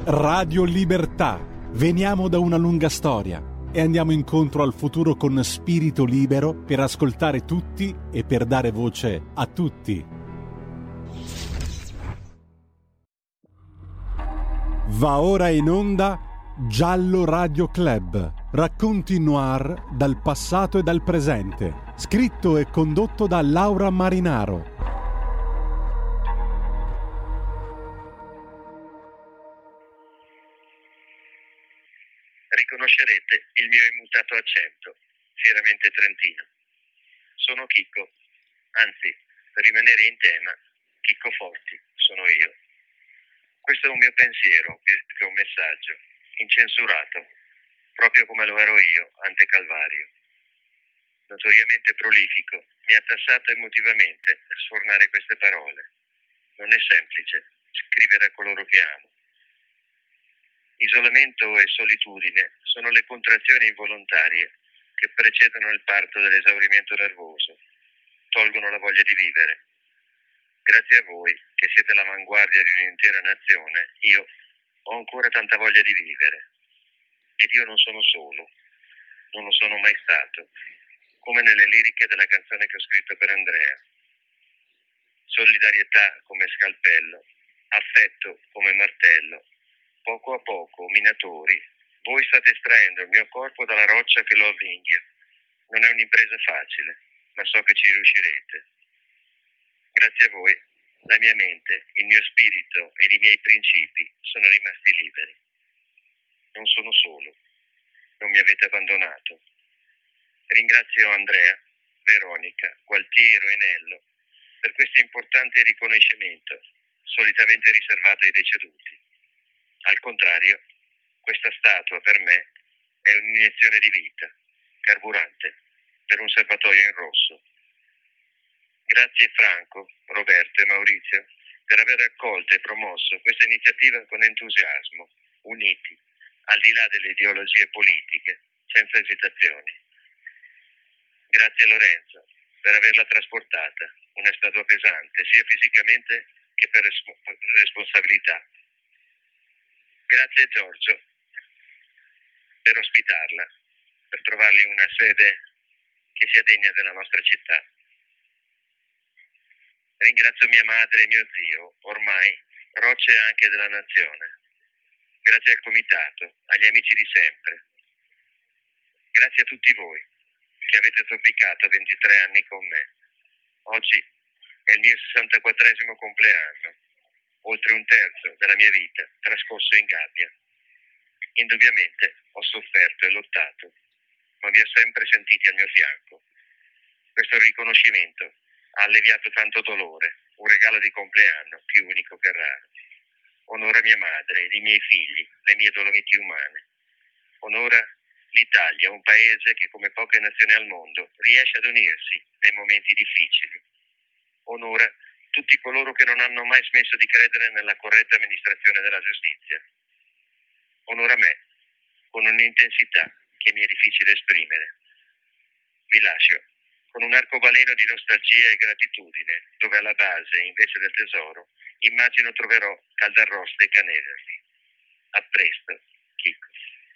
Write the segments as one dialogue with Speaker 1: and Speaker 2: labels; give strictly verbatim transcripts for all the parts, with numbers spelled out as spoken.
Speaker 1: Radio Libertà. Veniamo da una lunga storia e andiamo incontro al futuro con spirito libero per ascoltare tutti e per dare voce a tutti. Va ora in onda Giallo Radio Club, racconti noir dal passato e dal presente, scritto e condotto da Laura Marinaro.
Speaker 2: Riconoscerete il mio immutato accento, fieramente trentino. Sono Chicco, anzi, per rimanere in tema, Chicco Forti sono io. Questo è un mio pensiero, più che un messaggio, incensurato, proprio come lo ero io, ante Calvario. Notoriamente prolifico, mi ha tassato emotivamente a sfornare queste parole. Non è semplice scrivere a coloro che amo. Isolamento e solitudine sono le contrazioni involontarie che precedono il parto dell'esaurimento nervoso, tolgono la voglia di vivere. Grazie a voi, che siete l'avanguardia di un'intera nazione, io ho ancora tanta voglia di vivere. Ed io non sono solo, non lo sono mai stato, come nelle liriche della canzone che ho scritto per Andrea. Solidarietà come scalpello, affetto come martello. Poco a poco, minatori, voi state estraendo il mio corpo dalla roccia che lo avvinghia. Non è un'impresa facile, ma so che ci riuscirete. Grazie a voi, la mia mente, il mio spirito ed i miei principi sono rimasti liberi. Non sono solo, non mi avete abbandonato. Ringrazio Andrea, Veronica, Gualtiero e Nello per questo importante riconoscimento, solitamente riservato ai deceduti. Al contrario, questa statua per me è un'iniezione di vita, carburante, per un serbatoio in rosso. Grazie Franco, Roberto e Maurizio per aver accolto e promosso questa iniziativa con entusiasmo, uniti, al di là delle ideologie politiche, senza esitazioni. Grazie Lorenzo per averla trasportata, una statua pesante, sia fisicamente che per res- responsabilità. Grazie Giorgio per ospitarla, per trovargli una sede che sia degna della nostra città. Ringrazio mia madre e mio zio, ormai rocce anche della nazione. Grazie al comitato, agli amici di sempre. Grazie a tutti voi che avete zoppicato ventitré anni con me. Oggi è il mio sessantaquattresimo compleanno. Oltre un terzo della mia vita trascorso in gabbia. Indubbiamente ho sofferto e lottato, ma vi ho sempre sentiti al mio fianco. Questo riconoscimento ha alleviato tanto dolore, un regalo di compleanno più unico che raro. Onora mia madre ed i miei figli, le mie Dolomiti umane. Onora l'Italia, un paese che come poche nazioni al mondo riesce ad unirsi nei momenti difficili. Onora tutti coloro che non hanno mai smesso di credere nella corretta amministrazione della giustizia. Onora me, con un'intensità che mi è difficile esprimere. Vi lascio con un arcobaleno di nostalgia e gratitudine, dove alla base, invece del tesoro, immagino troverò caldarroste e canederli. A presto, Chicco.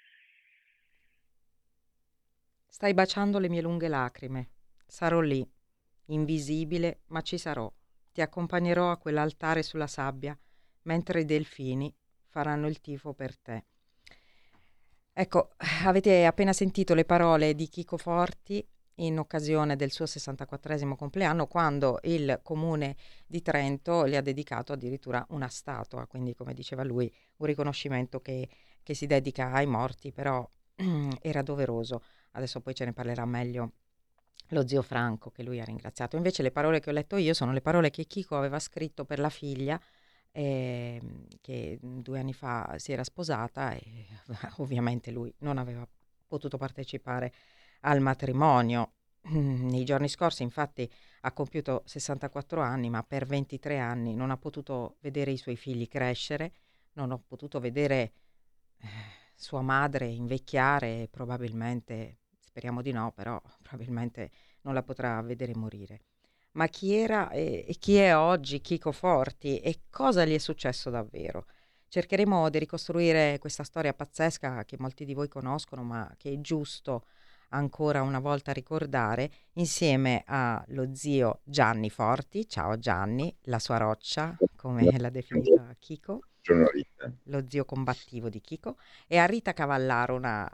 Speaker 3: Stai baciando le mie lunghe lacrime. Sarò lì, invisibile, ma ci sarò. Ti accompagnerò a quell'altare sulla sabbia, mentre i delfini faranno il tifo per te. Ecco, avete appena sentito le parole di Chicco Forti in occasione del suo sessantaquattresimo compleanno, quando il comune di Trento gli ha dedicato addirittura una statua, quindi come diceva lui un riconoscimento che, che si dedica ai morti, però era doveroso. Adesso poi ce ne parlerà meglio lo zio Franco, che lui ha ringraziato. Invece le parole che ho letto io sono le parole che Chicco aveva scritto per la figlia, eh, che due anni fa si era sposata e ovviamente lui non aveva potuto partecipare al matrimonio. Nei giorni scorsi infatti ha compiuto sessantaquattro anni, ma per ventitré anni non ha potuto vedere i suoi figli crescere, non ha potuto vedere eh, sua madre invecchiare e probabilmente, speriamo di no, però probabilmente non la potrà vedere morire. Ma chi era e, e chi è oggi Chicco Forti e cosa gli è successo davvero? cercheremo di ricostruire questa storia pazzesca che molti di voi conoscono, ma che è giusto ancora una volta ricordare, insieme allo zio Gianni Forti. Ciao Gianni, la sua roccia, come l'ha definita Chico,
Speaker 4: Sono Rita.
Speaker 3: lo zio combattivo di Chico, e a Rita Cavallaro, una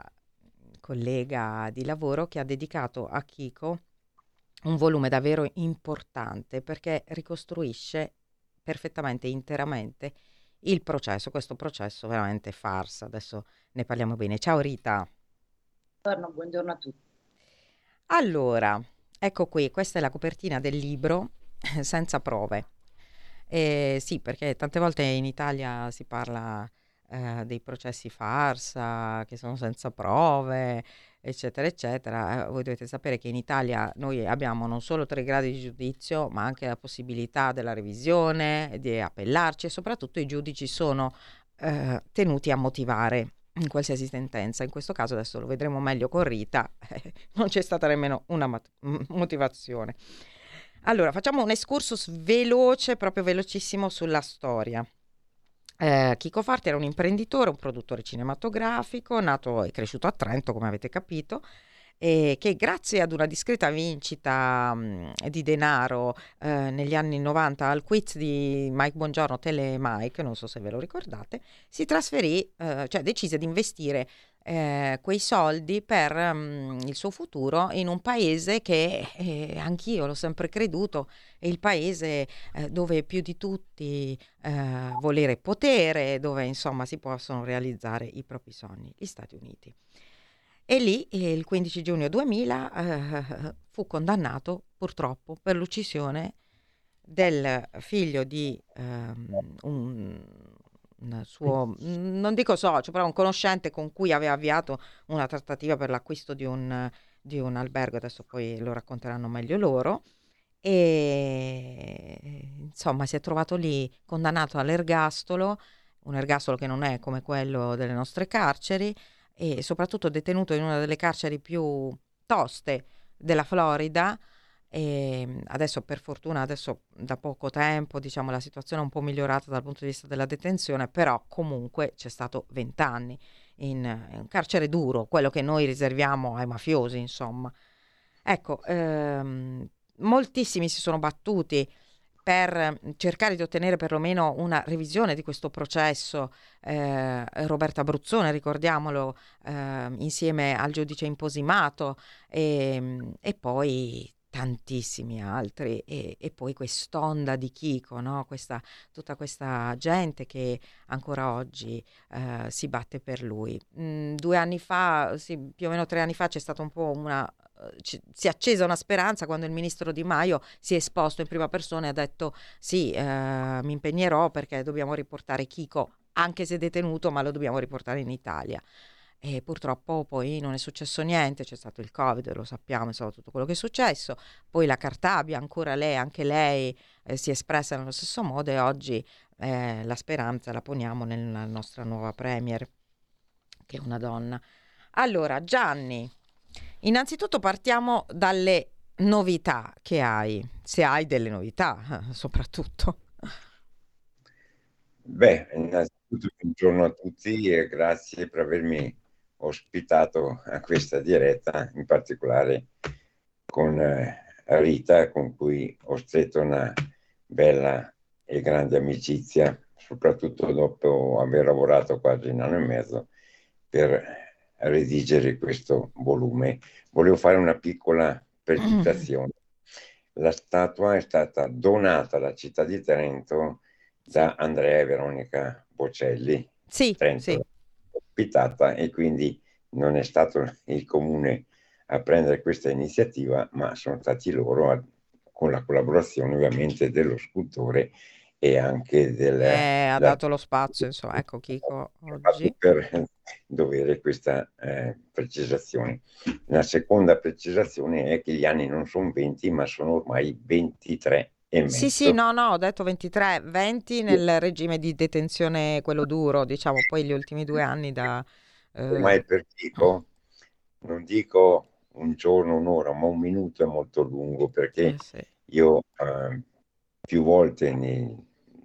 Speaker 3: collega di lavoro che ha dedicato a Chico un volume davvero importante perché ricostruisce perfettamente, interamente il processo, questo processo veramente farsa. Adesso ne parliamo bene. Ciao Rita.
Speaker 5: Buongiorno, buongiorno a tutti.
Speaker 3: Allora, ecco qui, questa è la copertina del libro Senza prove. Eh, sì, perché tante volte in Italia si parla eh, dei processi farsa che sono senza prove, eccetera, eccetera. Eh, voi dovete sapere che in Italia noi abbiamo non solo tre gradi di giudizio, ma anche la possibilità della revisione, di appellarci, e soprattutto i giudici sono eh, tenuti a motivare in qualsiasi sentenza. In questo caso, adesso lo vedremo meglio con Rita, eh, non c'è stata nemmeno una mat- motivazione. Allora, facciamo un excursus veloce, proprio velocissimo sulla storia. Eh, Chico Forti era un imprenditore, un produttore cinematografico, nato e cresciuto a Trento, come avete capito, e che grazie ad una discreta vincita mh, di denaro eh, negli anni novanta al quiz di Mike Bongiorno, Tele Mike, non so se ve lo ricordate, si trasferì, eh, cioè decise di investire eh, quei soldi per mh, il suo futuro in un paese che eh, anch'io l'ho sempre creduto è il paese eh, dove più di tutti eh, volere potere, dove insomma si possono realizzare i propri sogni, gli Stati Uniti. E lì eh, il quindici giugno duemila eh, fu condannato purtroppo per l'uccisione del figlio di ehm, un, un suo, non dico socio, però un conoscente con cui aveva avviato una trattativa per l'acquisto di un, di un albergo. Adesso poi lo racconteranno meglio loro. E insomma si è trovato lì condannato all'ergastolo, un ergastolo che non è come quello delle nostre carceri, e soprattutto detenuto in una delle carceri più toste della Florida. E adesso per fortuna, adesso da poco tempo, diciamo, la situazione è un po' migliorata dal punto di vista della detenzione, però comunque c'è stato vent'anni in, in un carcere duro, quello che noi riserviamo ai mafiosi, insomma. Ecco, ehm, moltissimi si sono battuti per cercare di ottenere perlomeno una revisione di questo processo. Eh, Roberta Bruzzone, ricordiamolo, eh, insieme al giudice Imposimato, e, e poi tantissimi altri, e, e poi quest'onda di Chico, no? Questa, tutta questa gente che ancora oggi eh, si batte per lui. Mm, due anni fa, sì, più o meno tre anni fa, c'è stata un po' una ci, si è accesa una speranza quando il ministro Di Maio si è esposto in prima persona e ha detto sì, eh, mi impegnerò perché dobbiamo riportare Chico, anche se detenuto, ma lo dobbiamo riportare in Italia. E purtroppo poi non è successo niente, c'è stato il Covid, lo sappiamo, insomma, tutto quello che è successo. Poi la Cartabia, ancora lei, anche lei eh, si è espressa nello stesso modo, e oggi eh, la speranza la poniamo nella nostra nuova premier, che è una donna. Allora, Gianni, innanzitutto partiamo dalle novità che hai, se hai delle novità, soprattutto.
Speaker 4: Beh, innanzitutto buongiorno a tutti e grazie per avermi ospitato a questa diretta, in particolare con eh, Rita, con cui ho stretto una bella e grande amicizia, soprattutto dopo aver lavorato quasi un anno e mezzo per redigere questo volume. Volevo fare una piccola precisazione. La statua è stata donata alla città di Trento da Andrea e Veronica Bocelli.
Speaker 3: Sì,
Speaker 4: Trento
Speaker 3: sì.
Speaker 4: ospitata, e quindi non è stato il comune a prendere questa iniziativa, ma sono stati loro, a, con la collaborazione ovviamente dello scultore e anche del...
Speaker 3: Eh, ha
Speaker 4: da,
Speaker 3: dato lo spazio, insomma, ecco Chico oggi.
Speaker 4: Per dovere questa eh, precisazione. La seconda precisazione è che gli anni non sono venti, ma sono ormai ventitré e mezzo.
Speaker 3: Sì, sì, no, no, ho detto ventitré, venti nel regime di detenzione, quello duro, diciamo, poi gli ultimi due anni da... Eh...
Speaker 4: Ormai per Chico, non dico un giorno, un'ora, ma un minuto è molto lungo, perché
Speaker 3: eh, sì.
Speaker 4: io eh, più volte nei,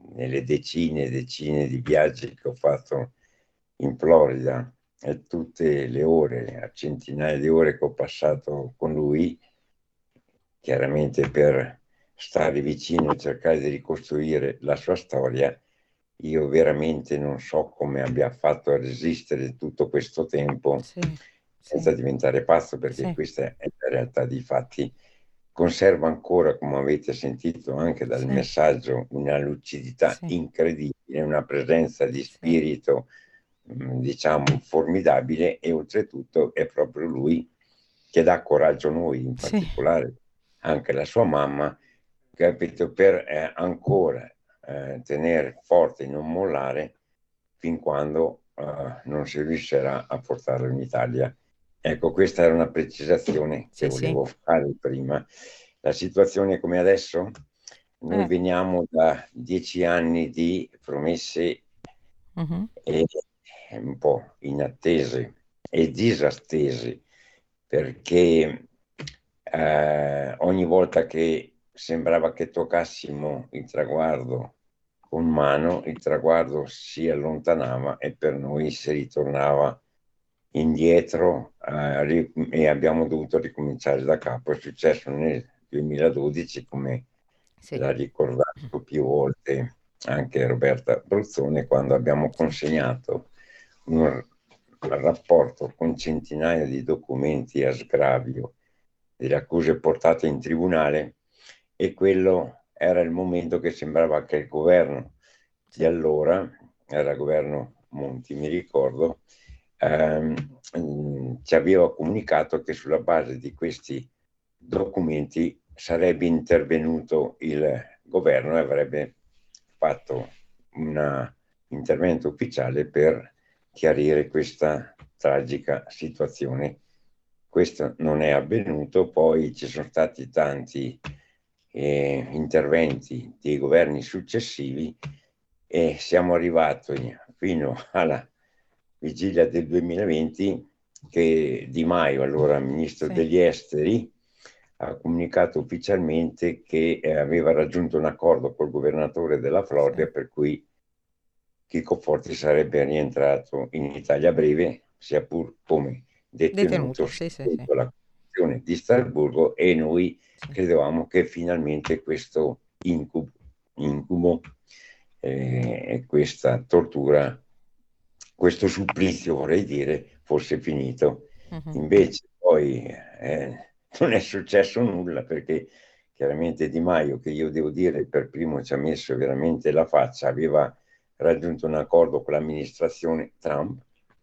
Speaker 4: nelle decine e decine di viaggi che ho fatto in Florida e tutte le ore, a centinaia di ore che ho passato con lui, chiaramente per stare vicino e cercare di ricostruire la sua storia, io veramente non so come abbia fatto a resistere tutto questo tempo
Speaker 3: Sì,
Speaker 4: senza
Speaker 3: sì,
Speaker 4: diventare pazzo, perché
Speaker 3: sì,
Speaker 4: questa è la realtà dei fatti. Conserva ancora, come avete sentito anche dal
Speaker 3: sì,
Speaker 4: messaggio, una lucidità
Speaker 3: sì,
Speaker 4: incredibile, una presenza di
Speaker 3: sì,
Speaker 4: spirito, mh, diciamo, formidabile, e oltretutto è proprio lui che dà coraggio a noi, in
Speaker 3: sì,
Speaker 4: particolare anche la sua mamma, capito, per eh, ancora eh, tenere forte e non mollare fin quando eh, non si riuscirà a portarlo in Italia. Ecco, questa era una precisazione che
Speaker 3: sì, sì.
Speaker 4: volevo fare prima. La situazione come adesso? Noi
Speaker 3: Eh,
Speaker 4: veniamo da dieci anni di promesse
Speaker 3: mhm,
Speaker 4: e un po' inattese e disattese, perché eh, ogni volta che sembrava che toccassimo il traguardo con mano, il traguardo si allontanava e per noi si ritornava indietro eh, e abbiamo dovuto ricominciare da capo. È successo nel duemiladodici, come
Speaker 3: sì,
Speaker 4: l'ha ricordato più volte anche Roberta Bruzzone, quando abbiamo
Speaker 3: sì,
Speaker 4: consegnato un rapporto con centinaia di documenti a sgravio delle accuse portate in tribunale, e quello era il momento che sembrava che il governo di
Speaker 3: sì,
Speaker 4: allora, era il governo Monti, mi ricordo, ehm, ci aveva comunicato che sulla base di questi documenti sarebbe intervenuto il governo e avrebbe fatto un intervento ufficiale per chiarire questa tragica situazione. Questo non è avvenuto, poi ci sono stati tanti eh, interventi dei governi successivi e siamo arrivati fino alla vigilia del duemilaventi che Di Maio, allora ministro
Speaker 3: sì.
Speaker 4: degli esteri, ha comunicato ufficialmente che eh, aveva raggiunto un accordo col governatore della Florida,
Speaker 3: Sì.
Speaker 4: per cui Chico Forti sarebbe rientrato in Italia a breve, sia pur come detenuto
Speaker 3: Detenuto, sì, sì, sì,
Speaker 4: secondo la Convenzione di Strasburgo, e noi
Speaker 3: sì.
Speaker 4: credevamo che finalmente questo incubo, incubo eh, e questa tortura, questo supplizio vorrei dire, fosse finito.
Speaker 3: Mhm.
Speaker 4: Invece poi eh, non è successo nulla, perché chiaramente Di Maio, che io devo dire per primo ci ha messo veramente la faccia, aveva raggiunto un accordo con l'amministrazione Trump.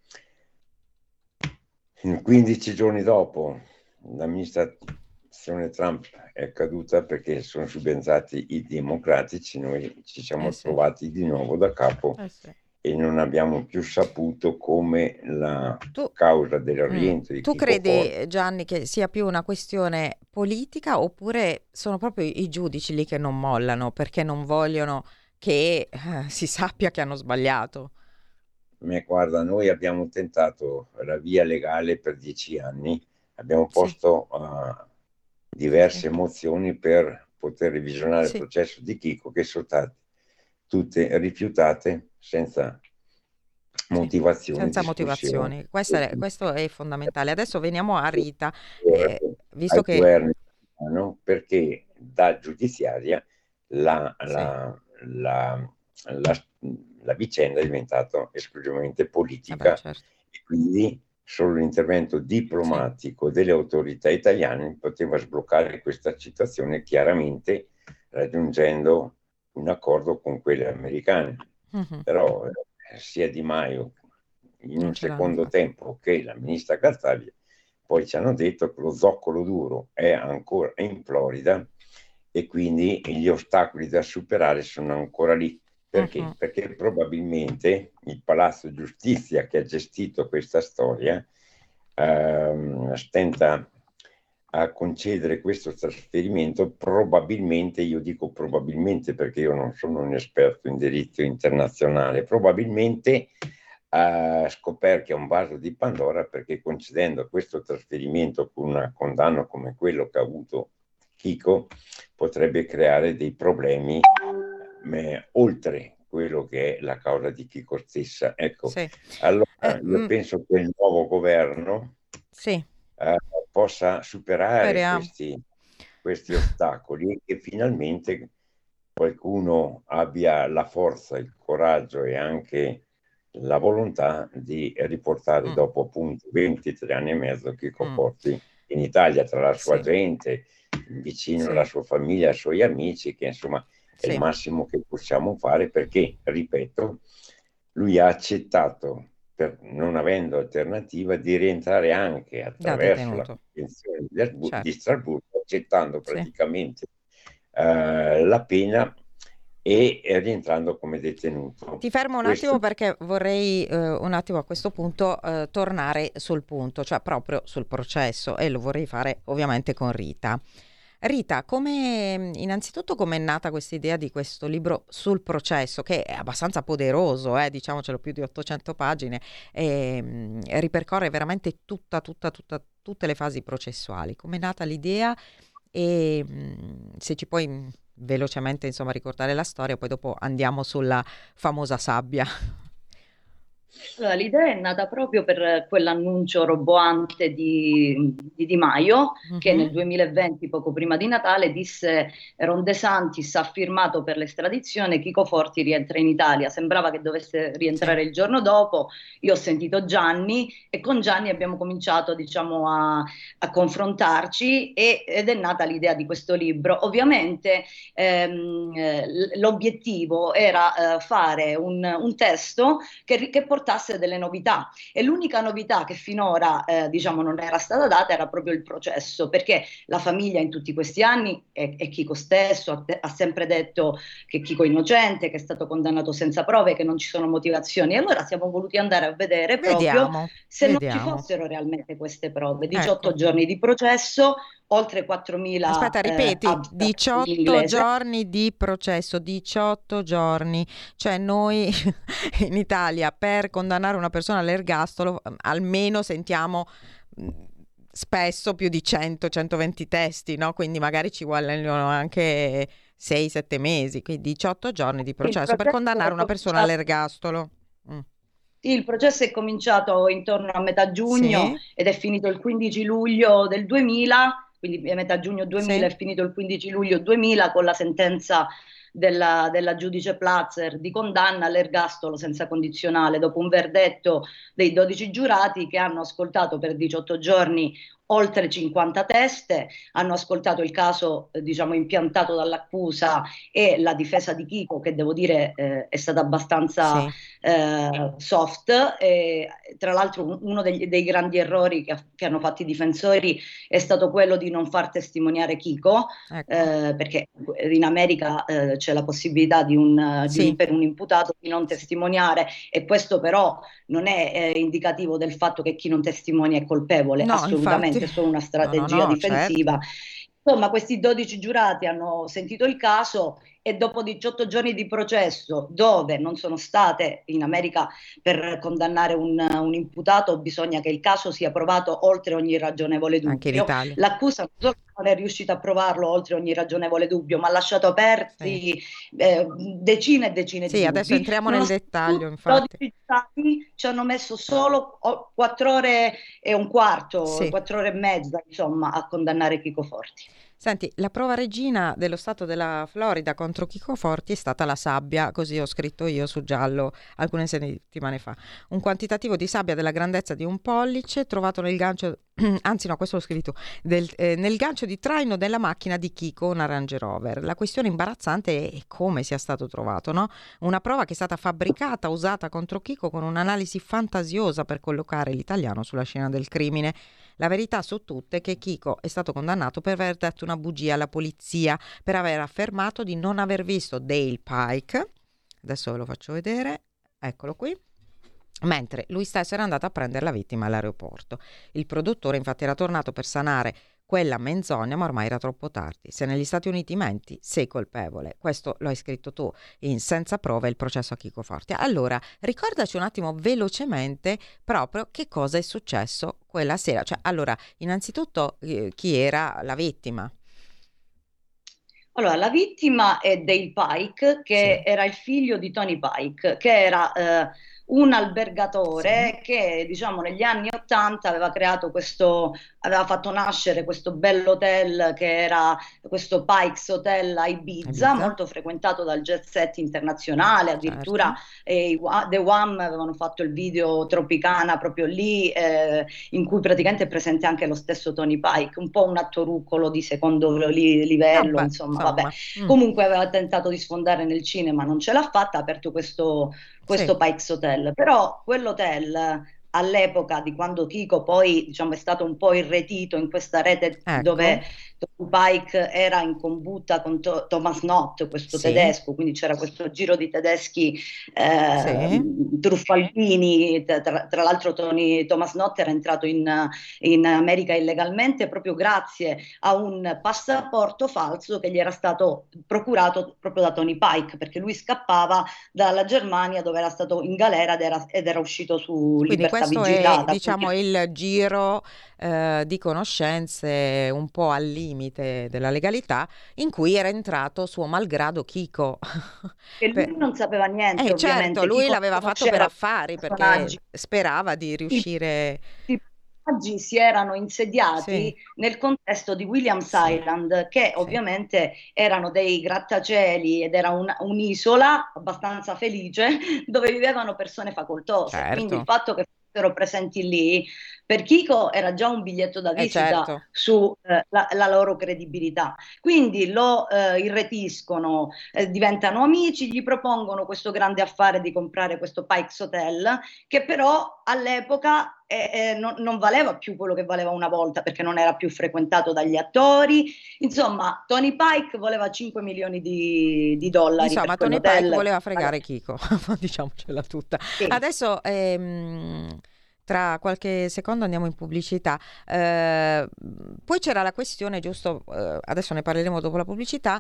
Speaker 4: quindici giorni dopo l'amministrazione Trump è caduta perché sono subentrati i democratici, noi ci siamo
Speaker 3: Eh sì,
Speaker 4: trovati di nuovo da capo
Speaker 3: eh sì.
Speaker 4: e non abbiamo più saputo come la
Speaker 3: Tu,
Speaker 4: causa del
Speaker 3: mm,
Speaker 4: rientro di
Speaker 3: tu
Speaker 4: Chico Forti.
Speaker 3: credi, Gianni, che sia più una questione politica oppure sono proprio i giudici lì che non mollano perché non vogliono che eh, si sappia che hanno sbagliato?
Speaker 4: Me, guarda, noi abbiamo tentato la via legale per dieci anni, abbiamo
Speaker 3: Sì,
Speaker 4: posto uh,
Speaker 3: sì, sì,
Speaker 4: diverse mozioni per poter revisionare il
Speaker 3: sì,
Speaker 4: processo di Chico, che sono state tutte rifiutate senza
Speaker 3: sì.
Speaker 4: motivazioni,
Speaker 3: Senza
Speaker 4: discussioni.
Speaker 3: motivazioni. Questo è, questo è fondamentale. Adesso veniamo a Rita, eh, visto
Speaker 4: Al
Speaker 3: che...
Speaker 4: governo italiano, perché da giudiziaria la,
Speaker 3: Sì,
Speaker 4: la, la, la, la vicenda è diventata esclusivamente
Speaker 3: vabbè,
Speaker 4: politica,
Speaker 3: certo.
Speaker 4: e quindi solo l'intervento
Speaker 3: Sì,
Speaker 4: diplomatico delle autorità italiane poteva sbloccare questa situazione, chiaramente raggiungendo un accordo con quelle americane.
Speaker 3: mhm,
Speaker 4: Però eh, sia Di Maio in
Speaker 3: non
Speaker 4: un
Speaker 3: ce l'hanno
Speaker 4: secondo
Speaker 3: fatta.
Speaker 4: tempo che la ministra Cartabia poi ci hanno detto che lo zoccolo duro è ancora in Florida e quindi gli ostacoli da superare sono ancora lì. Perché?
Speaker 3: Mhm,
Speaker 4: Perché probabilmente il Palazzo Giustizia che ha gestito questa storia ehm, stenta a concedere questo trasferimento. Probabilmente, io dico probabilmente perché io non sono un esperto in diritto internazionale, probabilmente ha scoperto che è un vaso di Pandora, perché concedendo questo trasferimento con una condanna come quello che ha avuto Chico potrebbe creare dei problemi eh, oltre quello che è la causa di Chico stessa. Ecco,
Speaker 3: Sì.
Speaker 4: allora
Speaker 3: Eh,
Speaker 4: io
Speaker 3: mm,
Speaker 4: penso che il nuovo governo
Speaker 3: sì,
Speaker 4: eh, possa superare
Speaker 3: speriamo.
Speaker 4: questi, questi ostacoli e che finalmente qualcuno abbia la forza, il coraggio e anche la volontà di riportare
Speaker 3: Mm,
Speaker 4: dopo appunto ventitré anni e mezzo Chico
Speaker 3: mm,
Speaker 4: Forti in Italia tra la sua
Speaker 3: sì,
Speaker 4: gente, vicino alla
Speaker 3: sì,
Speaker 4: sua famiglia, ai suoi amici, che insomma è il
Speaker 3: sì.
Speaker 4: massimo che possiamo fare perché, ripeto, lui ha accettato, per, non avendo alternativa, di rientrare anche
Speaker 3: Da
Speaker 4: attraverso la
Speaker 3: detenuto,
Speaker 4: Convenzione di, Asbu- di
Speaker 3: certo.
Speaker 4: Strasburgo, accettando
Speaker 3: Sì.
Speaker 4: praticamente eh, la pena e eh, rientrando come detenuto.
Speaker 3: Ti fermo un attimo
Speaker 4: Questo
Speaker 3: perché vorrei eh, un attimo a questo punto eh, tornare sul punto, cioè proprio sul processo, e lo vorrei fare ovviamente con Rita. Rita, come innanzitutto come è nata questa idea di questo libro sul processo, che è abbastanza poderoso, eh, diciamocelo, più di ottocento pagine, e mm, ripercorre veramente tutta, tutta, tutta, tutte le fasi processuali. Come è nata l'idea e mm, se ci puoi mm, velocemente insomma ricordare la storia, poi dopo andiamo sulla famosa sabbia.
Speaker 5: Allora, l'idea è nata proprio per quell'annuncio roboante di, di Di Maio, che nel
Speaker 3: Mhm.
Speaker 5: duemilaventi, poco prima di Natale, disse Ron De Santis ha firmato per l'estradizione, Chico Forti rientra in Italia. Sembrava che dovesse
Speaker 3: Sì,
Speaker 5: rientrare il giorno dopo. Io ho sentito Gianni e con Gianni abbiamo cominciato, diciamo, a, a confrontarci e- ed è nata l'idea di questo libro. Ovviamente ehm, eh, l- l'obiettivo era eh, fare un, un testo che, che portasse delle novità e l'unica novità che finora eh, diciamo non era stata data era proprio il processo, perché la famiglia in tutti questi anni e, e Chico stesso ha, ha sempre detto che Chico è innocente, che è stato condannato senza prove, che non ci sono motivazioni, e allora siamo voluti andare a vedere proprio
Speaker 3: vediamo,
Speaker 5: se non ci
Speaker 3: vediamo.
Speaker 5: fossero realmente queste prove. diciotto
Speaker 3: Ecco.
Speaker 5: giorni di processo, oltre quattromila
Speaker 3: Aspetta,
Speaker 5: eh,
Speaker 3: ripeti,
Speaker 5: abstratti in
Speaker 3: diciotto
Speaker 5: inglese.
Speaker 3: giorni di processo, diciotto giorni, cioè noi in Italia per condannare una persona all'ergastolo eh, almeno sentiamo mh, spesso più di cento centoventi testi, no? Quindi magari ci vogliono anche sei sette mesi, quindi diciotto giorni di
Speaker 5: Il
Speaker 3: processo per
Speaker 5: processo
Speaker 3: condannare
Speaker 5: è
Speaker 3: una persona
Speaker 5: cominciato
Speaker 3: all'ergastolo. Mm.
Speaker 5: Sì, il processo è cominciato intorno a metà giugno
Speaker 3: Sì,
Speaker 5: ed è finito il quindici luglio del duemila, quindi a metà giugno duemila
Speaker 3: sì,
Speaker 5: è finito il quindici luglio duemila con la sentenza della, della giudice Platzer di condanna all'ergastolo senza condizionale, dopo un verdetto dei dodici giurati che hanno ascoltato per diciotto giorni oltre cinquanta teste, hanno ascoltato il caso, eh, diciamo, impiantato dall'accusa e la difesa di Chico, che devo dire eh, è stata abbastanza
Speaker 3: sì,
Speaker 5: eh, soft. E, tra l'altro uno degli, dei grandi errori che, che hanno fatto i difensori è stato quello di non far testimoniare Chico,
Speaker 3: ecco,
Speaker 5: eh, perché in America eh, c'è la possibilità di un, di un-
Speaker 3: sì,
Speaker 5: per un imputato di non
Speaker 3: sì.
Speaker 5: testimoniare, e questo però non è eh, indicativo del fatto che chi non testimonia è colpevole,
Speaker 3: No, infatti,
Speaker 5: assolutamente, è solo una
Speaker 3: no, no,
Speaker 5: strategia
Speaker 3: no, certo.
Speaker 5: difensiva. Insomma, questi dodici giurati hanno sentito il caso e dopo diciotto giorni di processo, dove non sono state in America per condannare un, un imputato, bisogna che il caso sia provato oltre ogni ragionevole
Speaker 3: Anche in
Speaker 5: dubbio.
Speaker 3: Italia.
Speaker 5: L'accusa non solo non è riuscita a provarlo oltre ogni ragionevole dubbio, ma ha lasciato
Speaker 3: Sì.
Speaker 5: aperti eh, decine e decine di
Speaker 3: Sì, adesso
Speaker 5: dubbi.
Speaker 3: entriamo nel
Speaker 5: Nonostante
Speaker 3: dettaglio,
Speaker 5: tutto,
Speaker 3: infatti.
Speaker 5: dodici giurati ci hanno messo solo quattro ore e un quarto,
Speaker 3: Sì.
Speaker 5: quattro ore e mezza, insomma, a condannare Chico Forti.
Speaker 3: Senti, la prova regina dello stato della Florida contro Chico Forti è stata la sabbia, così ho scritto io su Giallo alcune settimane fa. Un quantitativo di sabbia della grandezza di un pollice trovato nel gancio, anzi no, questo l'ho scritto, del, eh, nel gancio di traino della macchina di Chico, una Range Rover. La questione imbarazzante è come sia stato trovato, no? Una prova che è stata fabbricata, usata contro Chico con un'analisi fantasiosa per collocare l'italiano sulla scena del crimine. La verità su tutte è che Chico è stato condannato per aver detto una bugia alla polizia, per aver affermato di non aver visto Dale Pike. Adesso ve lo faccio vedere, eccolo qui. Mentre lui stesso era andato a prendere la vittima all'aeroporto. Il produttore infatti era tornato per sanare quella menzogna, ma ormai era troppo tardi. Se negli Stati Uniti menti, sei colpevole. Questo lo hai scritto tu in Senza prove, il processo a Chico Forti. Allora, ricordaci un attimo velocemente proprio che cosa è successo quella sera. Cioè, allora, innanzitutto, eh, chi era la vittima?
Speaker 5: Allora, la vittima è Dale Pike, che
Speaker 3: Sì,
Speaker 5: era il figlio di Tony Pike, che era eh, un
Speaker 3: sì,
Speaker 5: albergatore che, diciamo, negli anni Ottanta aveva creato questo, aveva fatto nascere questo bell'hotel che era questo Pike's Hotel a Ibiza,
Speaker 3: Ibiza,
Speaker 5: molto frequentato dal jet set internazionale, addirittura
Speaker 3: certo.
Speaker 5: eh, i Wa- The Wham avevano fatto il video Tropicana proprio lì, eh, in cui praticamente è presente anche lo stesso Tony Pike, un po' un attoruccolo di secondo li- livello,
Speaker 3: Vabbè,
Speaker 5: insomma, vabbè.
Speaker 3: insomma, mm,
Speaker 5: Comunque aveva tentato di sfondare nel cinema, non ce l'ha fatta, ha aperto questo,
Speaker 3: sì,
Speaker 5: questo Pikes Hotel. Però quell'hotel all'epoca di quando Kiko poi diciamo, è stato un po' irretito in questa rete
Speaker 3: ecco,
Speaker 5: dove Tom Pike era in combutta con To- Thomas Nott, questo
Speaker 3: sì,
Speaker 5: tedesco, quindi c'era questo giro di tedeschi eh,
Speaker 3: sì.
Speaker 5: truffaldini, tra, tra l'altro Tony, Thomas Nott era entrato in, in America illegalmente proprio grazie a un passaporto falso che gli era stato procurato proprio da Tony Pike, perché lui scappava dalla Germania dove era stato in galera ed era, ed era uscito su
Speaker 3: Quindi
Speaker 5: libertà
Speaker 3: questo è,
Speaker 5: vigilata.
Speaker 3: diciamo,
Speaker 5: Quindi,
Speaker 3: il giro eh, di conoscenze un po' al limite della legalità in cui era entrato suo malgrado Kiko.
Speaker 5: e
Speaker 3: Per-
Speaker 5: lui non sapeva niente,
Speaker 3: Eh, certo,
Speaker 5: ovviamente, chi
Speaker 3: lui l'aveva fatto per
Speaker 5: conosceva questi
Speaker 3: affari
Speaker 5: personaggi.
Speaker 3: perché sperava di
Speaker 5: I
Speaker 3: riuscire.
Speaker 5: i personaggi si erano
Speaker 3: Sì,
Speaker 5: insediati nel contesto di Williams
Speaker 3: sì,
Speaker 5: Island, che
Speaker 3: sì,
Speaker 5: ovviamente erano dei grattacieli ed era un- un'isola abbastanza felice dove vivevano persone facoltose. Quindi il
Speaker 3: certo,
Speaker 5: fatto che fossero presenti lì per Kiko era già un biglietto da
Speaker 3: eh,
Speaker 5: visita
Speaker 3: certo.
Speaker 5: sulla la loro credibilità. Quindi lo eh, irretiscono, eh, diventano amici, gli propongono questo grande affare di comprare questo Pikes Hotel che però all'epoca eh, eh, non, non valeva più quello che valeva una volta perché non era più frequentato dagli attori. Insomma, Tony Pike voleva cinque milioni di, di dollari per
Speaker 3: Insomma, Tony Pike
Speaker 5: quell'hotel.
Speaker 3: voleva fregare Kiko, diciamocela tutta.
Speaker 5: Sì.
Speaker 3: Adesso, ehm, tra qualche secondo andiamo in pubblicità. Eh, poi c'era la questione, giusto, eh, adesso ne parleremo dopo la pubblicità,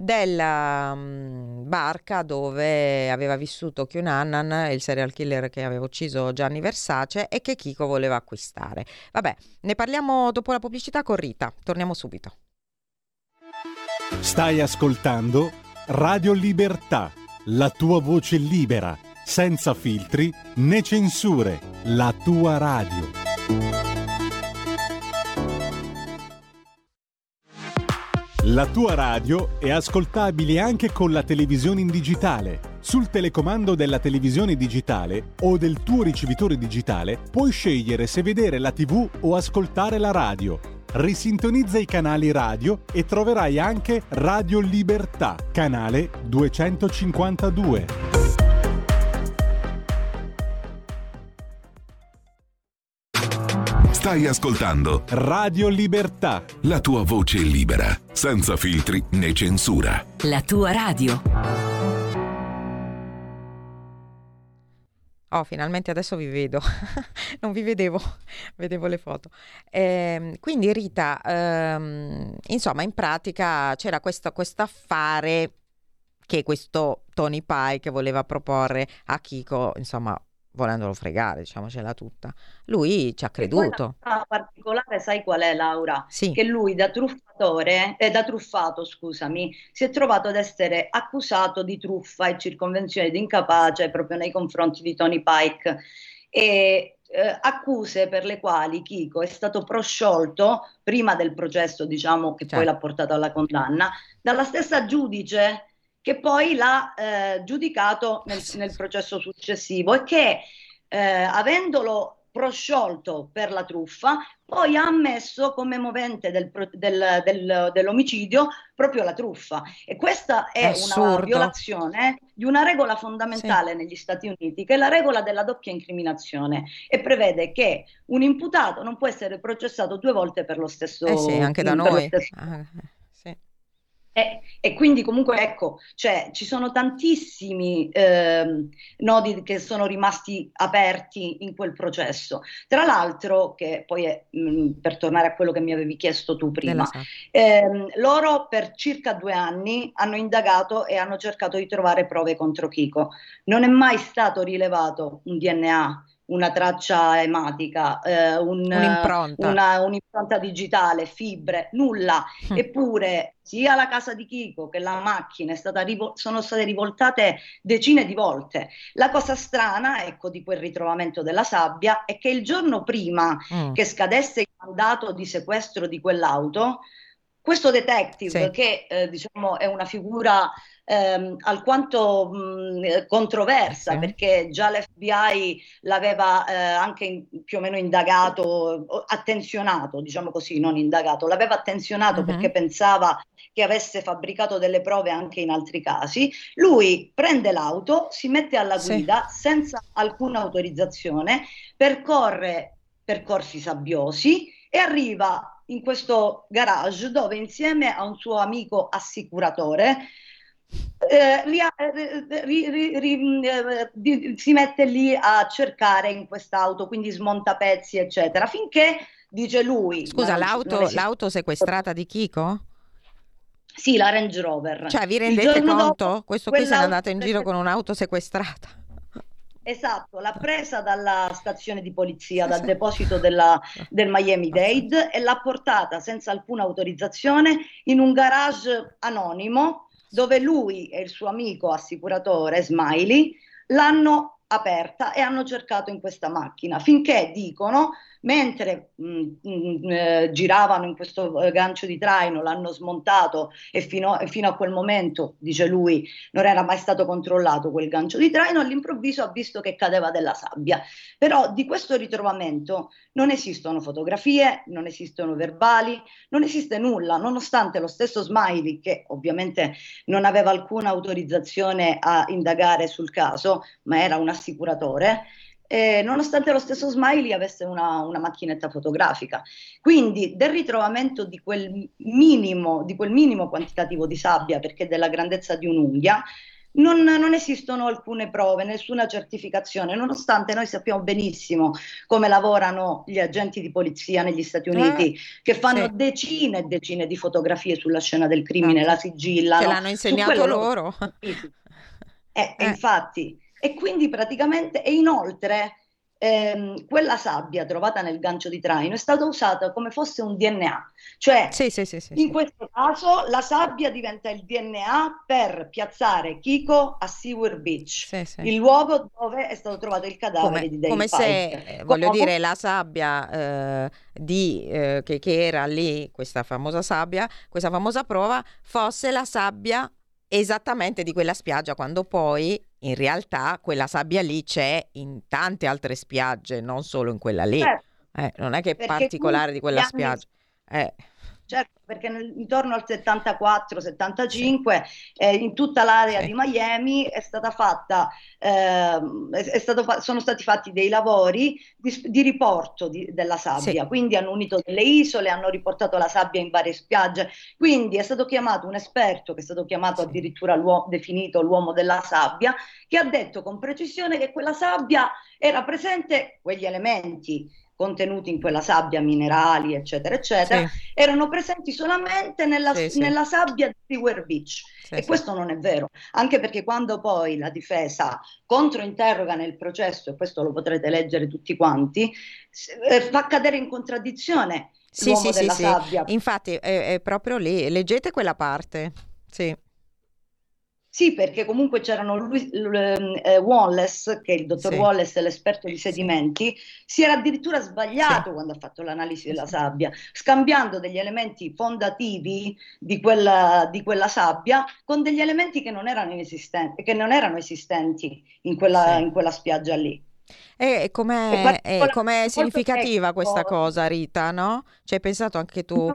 Speaker 3: della mm, barca dove aveva vissuto Cunanan, il serial killer che aveva ucciso Gianni Versace e che Kiko voleva acquistare. Vabbè, ne parliamo dopo la pubblicità con Rita. Torniamo subito.
Speaker 1: Stai ascoltando Radio Libertà, la tua voce libera, senza filtri né censure, la tua radio. La tua radio è ascoltabile anche con la televisione in digitale. Sul telecomando della televisione digitale o del tuo ricevitore digitale puoi scegliere se vedere la tivù o ascoltare la radio. Risintonizza i canali radio e troverai anche Radio Libertà, canale duecentocinquantadue.
Speaker 6: Stai ascoltando
Speaker 1: Radio Libertà.
Speaker 6: la tua voce libera, senza filtri né censura.
Speaker 7: La tua radio.
Speaker 3: Oh, finalmente adesso vi vedo. Non vi vedevo, vedevo le foto. Ehm, quindi Rita, ehm, insomma, in pratica c'era questo affare che questo Tony Pike voleva proporre a Kiko, insomma, volendolo fregare, diciamocela tutta. Lui ci ha
Speaker 5: E poi la
Speaker 3: creduto.
Speaker 5: cosa particolare, sai qual è, Laura?
Speaker 3: Sì,
Speaker 5: Che lui da truffatore, eh, da truffato, scusami, si è trovato ad essere accusato di truffa e circonvenzione di incapace proprio nei confronti di Tony Pike. E eh, accuse per le quali Kiko è stato prosciolto prima del processo, diciamo, che poi
Speaker 3: certo.
Speaker 5: l'ha portato alla condanna, dalla stessa giudice che poi l'ha eh, giudicato nel, nel processo successivo e che eh, avendolo prosciolto per la truffa, poi ha ammesso come movente del, pro- del- del- dell'omicidio proprio la truffa. E questa
Speaker 3: È
Speaker 5: è una
Speaker 3: assurdo.
Speaker 5: violazione di una regola
Speaker 3: Sì.
Speaker 5: fondamentale negli Stati Uniti, che è la regola della doppia incriminazione, e prevede che un imputato non può essere processato due volte per lo stesso,
Speaker 3: Eh sì, anche da
Speaker 5: per lo
Speaker 3: noi.
Speaker 5: stesso
Speaker 3: Ah, sì.
Speaker 5: e, e quindi comunque ecco, cioè, ci sono tantissimi ehm, nodi che sono rimasti aperti in quel processo. Tra l'altro, che poi è, mh, per tornare a quello che mi avevi chiesto tu
Speaker 3: Della
Speaker 5: prima,
Speaker 3: Sa.
Speaker 5: ehm, loro per circa due anni hanno indagato e hanno cercato di trovare prove contro Kiko. Non è mai stato rilevato un D N A una traccia ematica, eh, un,
Speaker 3: Un'impronta.
Speaker 5: una, un'impronta digitale, fibre, nulla.
Speaker 3: Mm.
Speaker 5: Eppure sia la casa di Chico che la macchina è stata rivol- sono state rivoltate decine di volte. La cosa strana, ecco, di quel ritrovamento della sabbia è che il giorno prima
Speaker 3: Mm.
Speaker 5: che scadesse il mandato di sequestro di quell'auto, questo detective,
Speaker 3: Sì.
Speaker 5: che eh, diciamo è una figura ehm, alquanto mh, controversa,
Speaker 3: Sì.
Speaker 5: perché già l'F B I l'aveva eh, anche in- più o meno indagato, o attenzionato, diciamo così, non indagato, l'aveva attenzionato
Speaker 3: Mhm.
Speaker 5: perché pensava che avesse fabbricato delle prove anche in altri casi. Lui prende l'auto, si mette alla
Speaker 3: Sì.
Speaker 5: guida senza alcuna autorizzazione, percorre percorsi sabbiosi e arriva in questo garage dove insieme a un suo amico assicuratore eh, ri- eh, ri- ri- ri- eh, di- si mette lì a cercare in quest'auto, quindi smonta pezzi, eccetera, finché dice lui, ma
Speaker 3: Scusa,
Speaker 5: non, ci- non
Speaker 3: l'auto,
Speaker 5: esiste.
Speaker 3: l'auto sequestrata di Chico?
Speaker 5: Sì, la Range Rover.
Speaker 3: Cioè, vi
Speaker 5: Il
Speaker 3: rendete
Speaker 5: giorno
Speaker 3: conto?
Speaker 5: dopo
Speaker 3: Questo qui se n'è
Speaker 5: quell'auto
Speaker 3: andato in giro con un'auto sequestrata.
Speaker 5: Esatto, l'ha presa dalla stazione di polizia,
Speaker 3: Sì,
Speaker 5: dal
Speaker 3: sì.
Speaker 5: deposito della- del
Speaker 3: Pazzesco.
Speaker 5: Miami-Dade e l'ha portata senza alcuna autorizzazione in un garage anonimo dove lui e il suo amico assicuratore Smiley l'hanno aperta e hanno cercato in questa macchina finché dicono, mentre mh, mh, eh, giravano in questo eh, gancio di traino, l'hanno smontato e fino, e fino a quel momento, dice lui, non era mai stato controllato quel gancio di traino, all'improvviso ha visto che cadeva della sabbia. Però di questo ritrovamento non esistono fotografie, non esistono verbali, non esiste nulla, nonostante lo stesso Smiley, che ovviamente non aveva alcuna autorizzazione a indagare sul caso, ma era un assicuratore, eh, nonostante lo stesso Smiley avesse una, una macchinetta fotografica. Quindi del ritrovamento di quel minimo, di quel minimo quantitativo di sabbia, perché della grandezza di un'unghia, non, non esistono alcune prove, nessuna certificazione, nonostante noi sappiamo benissimo come lavorano gli agenti di polizia negli Stati
Speaker 3: Eh,
Speaker 5: Uniti, che fanno
Speaker 3: sì,
Speaker 5: decine e decine di fotografie sulla scena del crimine,
Speaker 3: esatto.
Speaker 5: la
Speaker 3: Ce
Speaker 5: sigillano,
Speaker 3: l'hanno
Speaker 5: su
Speaker 3: insegnato
Speaker 5: quello loro
Speaker 3: loro.
Speaker 5: sono finiti. Eh, e
Speaker 3: Eh,
Speaker 5: infatti, e quindi praticamente, e inoltre ehm, quella sabbia trovata nel gancio di traino è stata usata come fosse un D N A, cioè
Speaker 3: sì, sì, sì, sì,
Speaker 5: in
Speaker 3: sì.
Speaker 5: questo caso la sabbia diventa il D N A per piazzare Chico a Seward Beach,
Speaker 3: Sì, sì.
Speaker 5: il luogo dove è stato trovato il cadavere
Speaker 3: Come,
Speaker 5: di
Speaker 3: come
Speaker 5: Dale
Speaker 3: se,
Speaker 5: Pike.
Speaker 3: eh, voglio
Speaker 5: Come?
Speaker 3: dire, la sabbia eh, di, eh, che, che era lì, questa famosa sabbia, questa famosa prova, fosse la sabbia esattamente di quella spiaggia, quando poi in realtà quella sabbia lì c'è in tante altre spiagge, non solo in quella lì.
Speaker 5: Certo,
Speaker 3: Eh, non è che è
Speaker 5: perché
Speaker 3: particolare di
Speaker 5: comunque negli
Speaker 3: quella
Speaker 5: anni
Speaker 3: spiaggia. Eh,
Speaker 5: Certo, perché nel- intorno al settantaquattro
Speaker 3: sì,
Speaker 5: settantacinque eh, in tutta l'area
Speaker 3: sì,
Speaker 5: di Miami è stata fatta, ehm, è, è stato fa- sono stati fatti dei lavori di, di riporto di- della
Speaker 3: sì,
Speaker 5: sabbia, quindi hanno unito delle isole, hanno riportato la sabbia in varie spiagge, quindi è stato chiamato un esperto, che è stato chiamato
Speaker 3: sì.
Speaker 5: addirittura l'uo- definito l'uomo della sabbia, che ha detto con precisione che quella sabbia era presente, quegli elementi contenuti in quella sabbia, minerali, eccetera, eccetera,
Speaker 3: Sì,
Speaker 5: erano presenti solamente nella,
Speaker 3: sì, sì,
Speaker 5: nella sabbia di Seward Beach.
Speaker 3: sì,
Speaker 5: E
Speaker 3: sì.
Speaker 5: questo non è vero, anche perché quando poi la difesa controinterroga nel processo, e questo lo potrete leggere tutti quanti, s- eh, fa cadere in contraddizione
Speaker 3: Sì,
Speaker 5: l'uomo
Speaker 3: sì, sì,
Speaker 5: della
Speaker 3: sì.
Speaker 5: sabbia.
Speaker 3: Infatti è, è proprio lì. Leggete quella parte. Sì,
Speaker 5: Sì, perché comunque c'erano lui, l- eh, Wallace, che è il dottor
Speaker 3: sì,
Speaker 5: Wallace, l'esperto di
Speaker 3: sì,
Speaker 5: sedimenti, si era addirittura
Speaker 3: sì,
Speaker 5: sbagliato quando ha fatto l'analisi
Speaker 3: sì,
Speaker 5: della
Speaker 3: sì.
Speaker 5: sabbia, scambiando degli elementi fondativi di quella, di quella sabbia con degli elementi che non erano inesistenti, che non erano esistenti in quella,
Speaker 3: Sì.
Speaker 5: in quella spiaggia lì.
Speaker 3: E
Speaker 5: E
Speaker 3: com'è, e com'è
Speaker 5: particolarmente molto
Speaker 3: significativa questa
Speaker 5: tecnico.
Speaker 3: cosa, Rita, no? Ci hai pensato anche tu?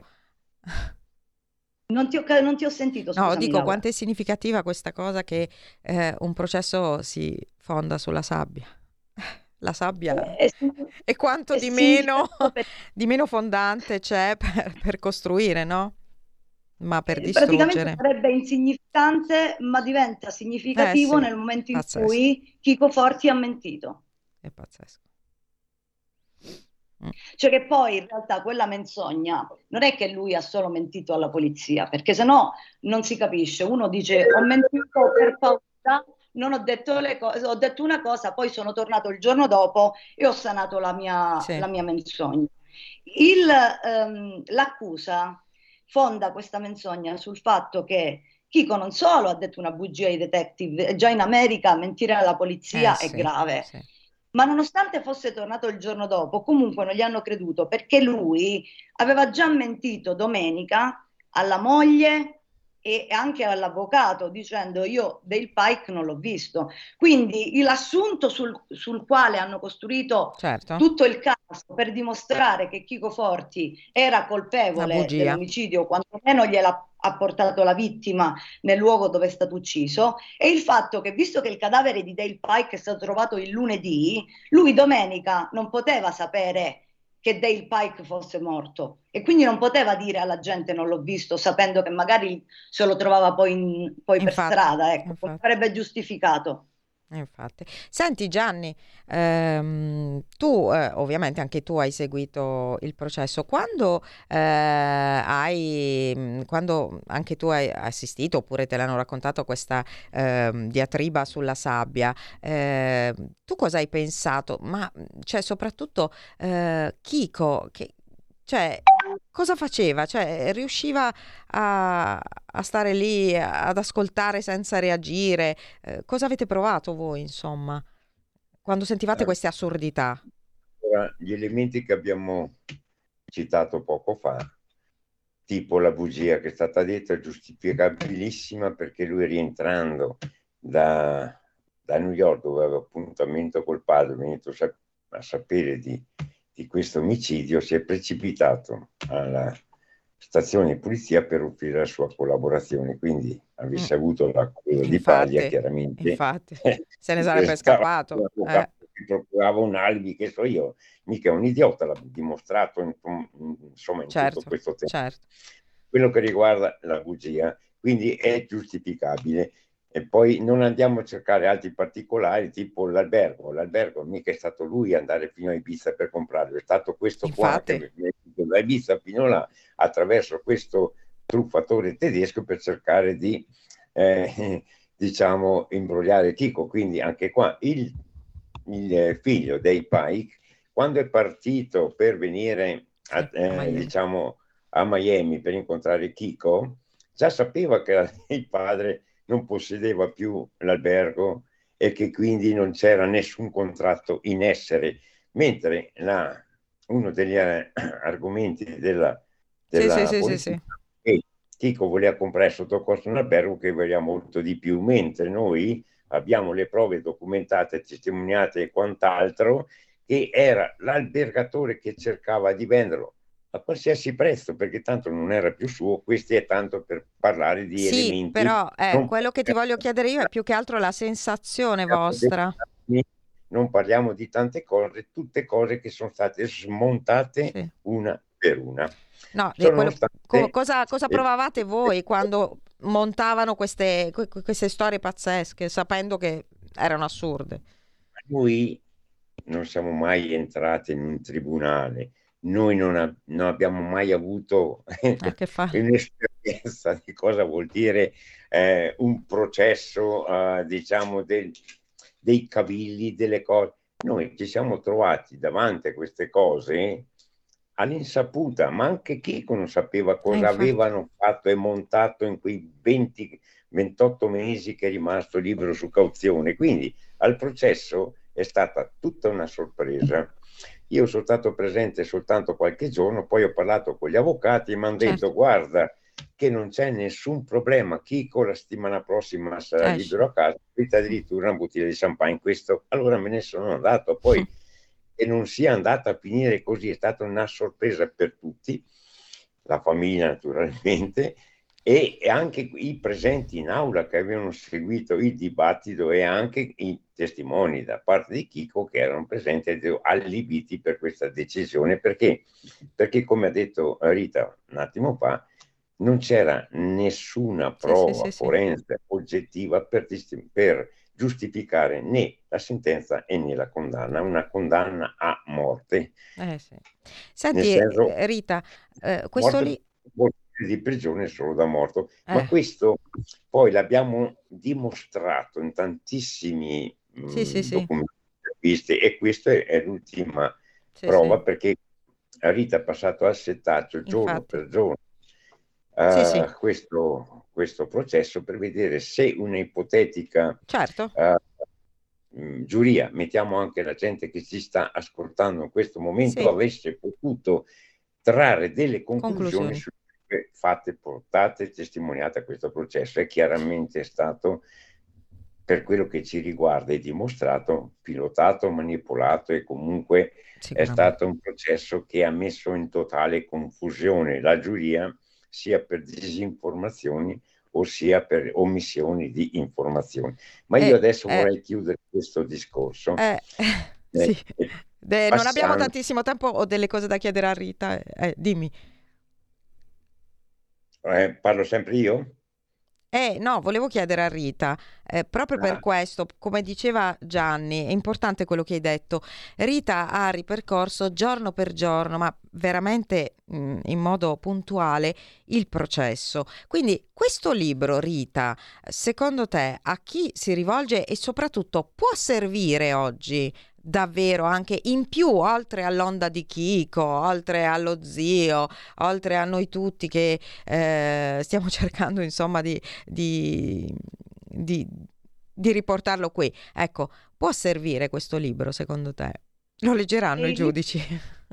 Speaker 5: Non ti ho, non ti ho sentito,
Speaker 3: No,
Speaker 5: scusami
Speaker 3: dico,
Speaker 5: Laura.
Speaker 3: quanto è significativa questa cosa che eh, un processo si fonda sulla sabbia. La sabbia
Speaker 5: È,
Speaker 3: e quanto
Speaker 5: è
Speaker 3: di meno,
Speaker 5: significativo perché
Speaker 3: di meno fondante c'è per, per costruire, no? Ma per
Speaker 5: Eh, praticamente
Speaker 3: distruggere.
Speaker 5: sarebbe insignificante, ma diventa
Speaker 3: Eh
Speaker 5: significativo
Speaker 3: sì,
Speaker 5: nel momento in
Speaker 3: pazzesco,
Speaker 5: cui Chico Forti ha mentito.
Speaker 3: è pazzesco. Mm.
Speaker 5: Cioè che poi in realtà quella menzogna non è che lui ha solo mentito alla polizia, perché sennò non si capisce. Uno dice ho mentito per paura, non ho detto le cose, ho detto una cosa, poi sono tornato il giorno dopo e ho sanato la mia,
Speaker 3: Sì.
Speaker 5: la mia menzogna. Il, ehm, l'accusa fonda questa menzogna sul fatto che Chico non solo ha detto una bugia ai detective, già in America mentire alla
Speaker 3: Eh
Speaker 5: polizia è
Speaker 3: sì,
Speaker 5: grave,
Speaker 3: sì.
Speaker 5: ma nonostante fosse tornato il giorno dopo, comunque non gli hanno creduto perché lui aveva già mentito domenica alla moglie e anche all'avvocato dicendo io Dale Pike non l'ho visto. Quindi l'assunto sul, sul quale hanno costruito
Speaker 3: Certo,
Speaker 5: tutto il caso per dimostrare che Chico Forti era
Speaker 3: una
Speaker 5: colpevole
Speaker 3: bugia.
Speaker 5: dell'omicidio, quantomeno gliela ha portato la vittima nel luogo dove è stato ucciso, e il fatto che, visto che il cadavere di Dale Pike è stato trovato il lunedì, lui domenica non poteva sapere che Dale Pike fosse morto e quindi non poteva dire alla gente non l'ho visto, sapendo che magari se lo trovava poi, in- poi per
Speaker 3: Infatti,
Speaker 5: strada, ecco, non
Speaker 3: infatti.
Speaker 5: avrebbe giustificato.
Speaker 3: Infatti. Senti Gianni, ehm, tu eh, ovviamente anche tu hai seguito il processo. Quando eh, hai, mh, quando anche tu hai assistito oppure te l'hanno raccontato questa ehm, diatriba sulla sabbia, eh, tu cosa hai pensato? Ma mh, cioè, soprattutto eh, Chico, che, cioè, cosa faceva? Cioè, riusciva a, a stare lì ad ascoltare senza reagire? Eh, cosa avete provato voi, insomma, quando sentivate queste assurdità?
Speaker 4: Allora, gli elementi che abbiamo citato poco fa, tipo la bugia che è stata detta, è giustificabilissima perché lui rientrando da, da New York, dove aveva appuntamento col padre, venuto sa- a sapere di, di questo omicidio, si è precipitato alla stazione di polizia per offrire la sua collaborazione. Quindi
Speaker 3: Mm,
Speaker 4: avesse avuto la coda di paglia,
Speaker 3: infatti,
Speaker 4: chiaramente
Speaker 3: infatti, se ne
Speaker 4: si
Speaker 3: sarebbe
Speaker 4: prestava
Speaker 3: scappato. Eh,
Speaker 4: l'avvocato, si procurava un alibi, che so io, mica un idiota, l'ha dimostrato in- insomma in tutto
Speaker 3: certo,
Speaker 4: questo tempo.
Speaker 3: certo.
Speaker 4: Quello che riguarda la bugia, quindi è giustificabile. E poi non andiamo a cercare altri particolari, tipo l'albergo. L'albergo mica è stato lui andare fino a Ibiza per comprarlo, è stato questo qua che
Speaker 3: Infatti,
Speaker 4: è venuto da Ibiza fino là attraverso questo truffatore tedesco per cercare di eh, diciamo imbrogliare Chico. Quindi anche qua il, il figlio dei Pike, quando è partito per venire
Speaker 3: sì,
Speaker 4: a,
Speaker 3: a
Speaker 4: eh,
Speaker 3: Miami.
Speaker 4: diciamo a Miami per incontrare Chico, già sapeva che il padre non possedeva più l'albergo e che quindi non c'era nessun contratto in essere, mentre la, uno degli eh, argomenti della,
Speaker 3: Sì, sì,
Speaker 4: della
Speaker 3: sì, sì,
Speaker 4: polizia
Speaker 3: sì.
Speaker 4: è che Chico voleva comprare sotto costo un albergo che valeva molto di più, mentre noi abbiamo le prove documentate, testimoniate e quant'altro, che era l'albergatore che cercava di venderlo a qualsiasi prezzo, perché tanto non era più suo. Questi è tanto per parlare di
Speaker 3: Sì,
Speaker 4: elementi.
Speaker 3: però eh,
Speaker 4: Non
Speaker 3: quello che ti voglio chiedere io è più che altro la sensazione vostra.
Speaker 4: non parliamo di tante cose, tutte cose che sono state smontate
Speaker 3: Sì.
Speaker 4: una per una.
Speaker 3: No, di
Speaker 4: Sono
Speaker 3: quello- co-
Speaker 4: state
Speaker 3: cosa, cosa provavate voi quando montavano queste, que- queste storie pazzesche, sapendo che erano assurde?
Speaker 4: Noi non siamo mai entrati in un tribunale, noi non, ab- non abbiamo mai avuto
Speaker 3: Eh, che fa?
Speaker 4: un'esperienza di cosa vuol dire eh, un processo, eh, diciamo, del- dei cavilli, delle cose. Noi ci siamo trovati davanti a queste cose all'insaputa, ma anche Chico non sapeva
Speaker 3: Eh,
Speaker 4: cosa
Speaker 3: infatti.
Speaker 4: avevano fatto e montato in quei venti ventotto mesi che è rimasto libero su cauzione. Quindi al processo è stata tutta una sorpresa. Io sono stato presente soltanto qualche giorno, poi ho parlato con gli avvocati e mi hanno
Speaker 3: Certo.
Speaker 4: detto guarda che non c'è nessun problema, Chico la settimana prossima sarà
Speaker 3: Esce.
Speaker 4: libero a casa, avete addirittura una bottiglia di champagne. Questo, allora me ne sono andato. Poi e non sia andata a finire così, è stata una sorpresa per tutti, la famiglia naturalmente, e anche i presenti in aula che avevano seguito il dibattito e anche i testimoni da parte di Chico che erano presenti ed allibiti per questa decisione, perché, perché come ha detto Rita un attimo fa, non c'era nessuna
Speaker 3: Sì, sì,
Speaker 4: prova
Speaker 3: sì, sì.
Speaker 4: forense oggettiva per, per giustificare né la sentenza e né la condanna, una condanna a morte,
Speaker 3: Eh, sì.
Speaker 4: nel
Speaker 3: Senti,
Speaker 4: senso
Speaker 3: eh, Rita, eh, questo
Speaker 4: morte
Speaker 3: lì...
Speaker 4: vuol di prigione solo da morto.
Speaker 3: Eh.
Speaker 4: Ma questo poi l'abbiamo dimostrato in tantissimi
Speaker 3: Sì, sì,
Speaker 4: mh,
Speaker 3: sì.
Speaker 4: documenti visti, e questa è, è l'ultima
Speaker 3: Sì,
Speaker 4: prova,
Speaker 3: sì.
Speaker 4: perché Rita ha passato al settaggio giorno
Speaker 3: Infatti.
Speaker 4: per giorno
Speaker 3: Sì,
Speaker 4: eh,
Speaker 3: sì,
Speaker 4: questo, questo processo, per vedere se una ipotetica
Speaker 3: certo.
Speaker 4: eh, mh, giuria, mettiamo anche la gente che ci sta ascoltando in questo momento,
Speaker 3: Sì,
Speaker 4: avesse potuto trarre delle conclusioni
Speaker 3: conclusioni.
Speaker 4: sulle fatte portate, testimoniate a questo processo. E chiaramente è stato, per quello che ci riguarda, è dimostrato, pilotato, manipolato, e comunque è
Speaker 3: Sicuramente.
Speaker 4: stato un processo che ha messo in totale confusione la giuria, sia per disinformazioni ossia per omissioni di informazioni. Ma io
Speaker 3: Eh,
Speaker 4: adesso
Speaker 3: eh,
Speaker 4: vorrei chiudere questo discorso
Speaker 3: eh,
Speaker 4: eh,
Speaker 3: sì. Beh, non abbiamo
Speaker 4: passando.
Speaker 3: tantissimo tempo, ho delle cose da chiedere a Rita. Eh, eh, dimmi.
Speaker 4: Eh, parlo sempre io?
Speaker 3: Eh, no, volevo chiedere a Rita, eh, proprio per
Speaker 4: Ah,
Speaker 3: questo, come diceva Gianni, è importante quello che hai detto. Rita ha ripercorso giorno per giorno, ma veramente mh, in modo puntuale, il processo. Quindi questo libro, Rita, secondo te a chi si rivolge e soprattutto può servire oggi? Davvero anche in più, oltre all'onda di Chico, oltre allo zio, oltre a noi tutti che eh, stiamo cercando insomma di, di, di, di riportarlo qui. Ecco, può servire questo libro secondo te? Lo leggeranno
Speaker 5: E
Speaker 3: i
Speaker 5: il libro
Speaker 3: giudici?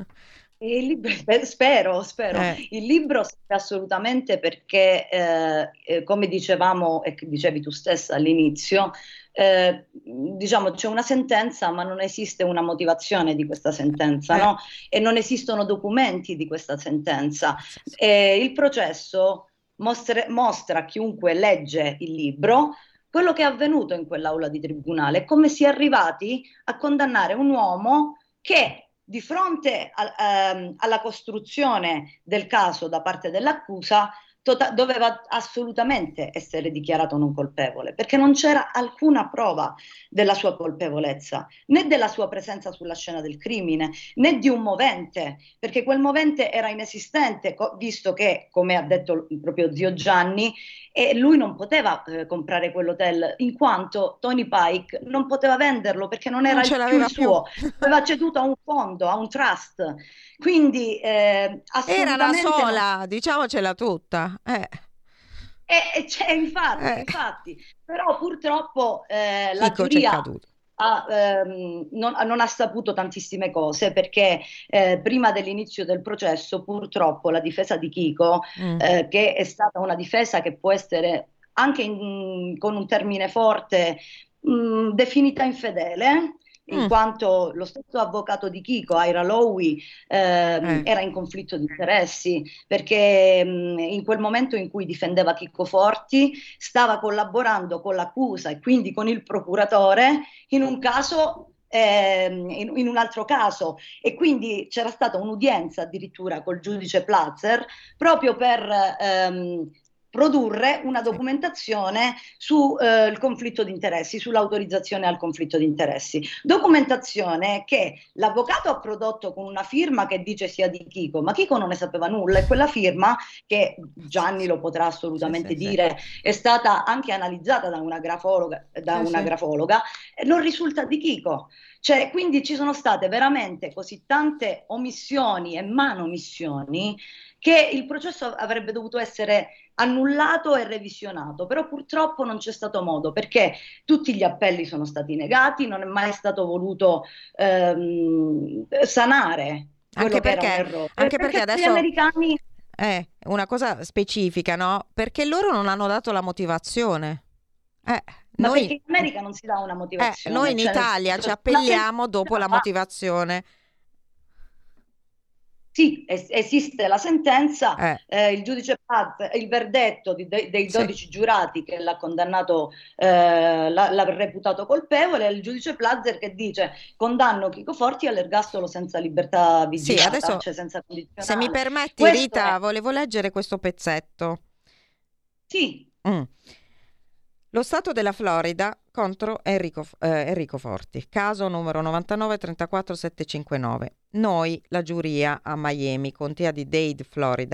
Speaker 5: E il libro, spe- spero, spero.
Speaker 3: Eh,
Speaker 5: Il libro serve assolutamente perché, eh, eh, come dicevamo e che dicevi tu stessa all'inizio, eh, diciamo c'è una sentenza, ma non esiste una motivazione di questa sentenza,
Speaker 3: eh,
Speaker 5: no? E non esistono documenti di questa sentenza.
Speaker 3: pazzesco.
Speaker 5: E il processo mostra, mostra a chiunque legge il libro quello che è avvenuto in quell'aula di tribunale, come si è arrivati a condannare un uomo che di fronte a, ehm, alla costruzione del caso da parte dell'accusa tota- doveva assolutamente essere dichiarato non colpevole, perché non c'era alcuna prova della sua colpevolezza, né della sua presenza sulla scena del crimine, né di un movente, perché quel movente era inesistente, co- visto che, come ha detto il proprio zio Gianni, e lui non poteva eh, comprare quell'hotel in quanto Tony Pike non poteva venderlo perché non
Speaker 3: Non
Speaker 5: era
Speaker 3: ce
Speaker 5: il- più il
Speaker 3: l'aveva più.
Speaker 5: suo, aveva ceduto a un fondo, a un trust, quindi eh,
Speaker 3: Era una
Speaker 5: assolutamente non.
Speaker 3: sola, diciamocela tutta. Eh,
Speaker 5: E, e c'è, infatti,
Speaker 3: eh.
Speaker 5: infatti, però purtroppo eh, la
Speaker 3: Chico c'è
Speaker 5: giuria
Speaker 3: caduto.
Speaker 5: ha, ehm, non, non ha saputo tantissime cose perché eh, prima dell'inizio del processo purtroppo la difesa di Chico,
Speaker 3: Mm.
Speaker 5: eh, che è stata una difesa che può essere anche in- con un termine forte mh, definita infedele, in
Speaker 3: Mm.
Speaker 5: quanto lo stesso avvocato di Chico, Ira Lowy, ehm,
Speaker 3: Eh.
Speaker 5: era in conflitto di interessi perché mh, in quel momento in cui difendeva Chico Forti stava collaborando con l'accusa e quindi con il procuratore in un caso ehm, in, in un altro caso, e quindi c'era stata un'udienza addirittura col giudice Platzer proprio per ehm, produrre una
Speaker 3: Sì.
Speaker 5: documentazione sul eh, conflitto di interessi, sull'autorizzazione al conflitto di interessi. Documentazione che l'avvocato ha prodotto con una firma che dice sia di Chico, ma Chico non ne sapeva nulla, e quella firma, che Gianni lo potrà assolutamente
Speaker 3: Sì, sì, sì.
Speaker 5: dire, è stata anche analizzata da una grafologa, da
Speaker 3: Sì,
Speaker 5: una
Speaker 3: sì.
Speaker 5: grafologa, e non risulta di Chico. Cioè, quindi ci sono state veramente così tante omissioni e manomissioni che il processo avrebbe dovuto essere annullato e revisionato, però purtroppo non c'è stato modo perché tutti gli appelli sono stati negati, non è mai stato voluto ehm, sanare quello
Speaker 3: Anche
Speaker 5: che era un
Speaker 3: perché,
Speaker 5: errore,
Speaker 3: anche perché
Speaker 5: perché gli
Speaker 3: adesso
Speaker 5: americani
Speaker 3: è una cosa specifica, no? Perché loro non hanno dato la motivazione. Eh,
Speaker 5: ma
Speaker 3: noi,
Speaker 5: perché in America non si dà una
Speaker 3: eh, noi
Speaker 5: motivazione,
Speaker 3: in
Speaker 5: cioè nel
Speaker 3: Italia ci
Speaker 5: senso, la
Speaker 3: appelliamo dopo
Speaker 5: sentenza
Speaker 3: la
Speaker 5: va.
Speaker 3: motivazione.
Speaker 5: Sì, es- esiste la sentenza,
Speaker 3: Eh,
Speaker 5: eh, il giudice Paz, il verdetto di- dei dei
Speaker 3: sì.
Speaker 5: dodici giurati che l'ha condannato, eh, l'ha, l'ha reputato colpevole, è il giudice Plazer che dice condanno Chico Forti all'ergastolo senza libertà
Speaker 3: Sì,
Speaker 5: vigilata,
Speaker 3: adesso,
Speaker 5: cioè senza
Speaker 3: se mi
Speaker 5: condizionale.
Speaker 3: permetti,
Speaker 5: Questo è,
Speaker 3: Rita, volevo leggere questo pezzetto.
Speaker 5: sì,
Speaker 3: Mm. Lo Stato della Florida contro Enrico, eh, Enrico Forti, caso numero novantanove trentaquattro settecentocinquantanove. Noi, la giuria a Miami, contea di Dade, Florida,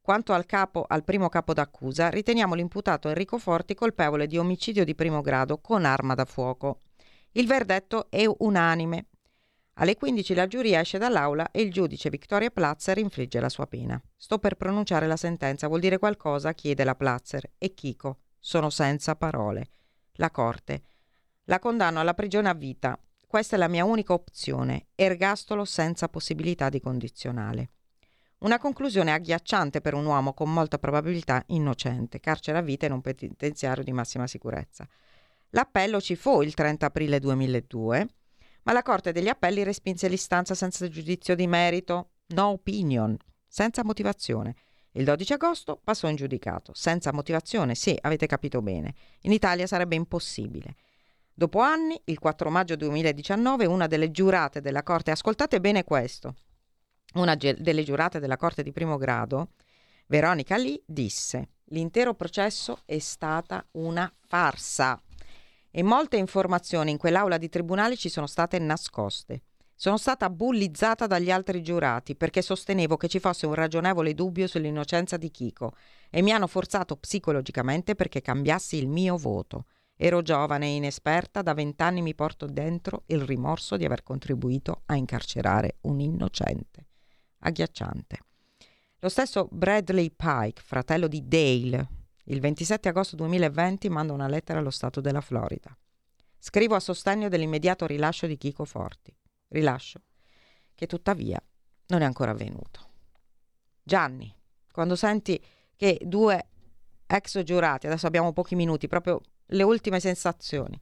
Speaker 3: Quanto al capo, al primo capo d'accusa, riteniamo l'imputato Enrico Forti colpevole di omicidio di primo grado con arma da fuoco. Il verdetto è unanime. Alle quindici la giuria esce dall'aula e il giudice Victoria Platzer infligge la sua pena. Sto per pronunciare la sentenza, vuol dire qualcosa? Chiede la Platzer. E Chico. Sono senza parole. La Corte. La condanno alla prigione a vita. Questa è la mia unica opzione. Ergastolo senza possibilità di condizionale. Una conclusione agghiacciante per un uomo con molta probabilità innocente. Carcere a vita in un penitenziario di massima sicurezza. L'appello ci fu il trenta aprile duemiladue, ma la Corte degli Appelli respinse l'istanza senza giudizio di merito, no opinion, senza motivazione. Il dodici agosto passò in giudicato, senza motivazione, sì, avete capito bene. In Italia sarebbe impossibile. Dopo anni, il quattro maggio duemiladiciannove, una delle giurate della Corte, ascoltate bene questo, una ge- delle giurate della Corte di primo grado, Veronica Lee, disse: l'intero processo è stata una farsa e molte informazioni in quell'aula di tribunale ci sono state nascoste. Sono stata bullizzata dagli altri giurati perché sostenevo che ci fosse un ragionevole dubbio sull'innocenza di Chico e mi hanno forzato psicologicamente perché cambiassi il mio voto. Ero giovane e inesperta, da vent'anni mi porto dentro il rimorso di aver contribuito a incarcerare un innocente. Agghiacciante. Lo stesso Bradley Pike, fratello di Dale, il ventisette agosto duemilaventi manda una lettera allo Stato della Florida. Scrivo a sostegno dell'immediato rilascio di Chico Forti. Rilascio che tuttavia non è ancora avvenuto. Gianni, quando senti che due ex giurati, adesso abbiamo pochi minuti, proprio le ultime sensazioni.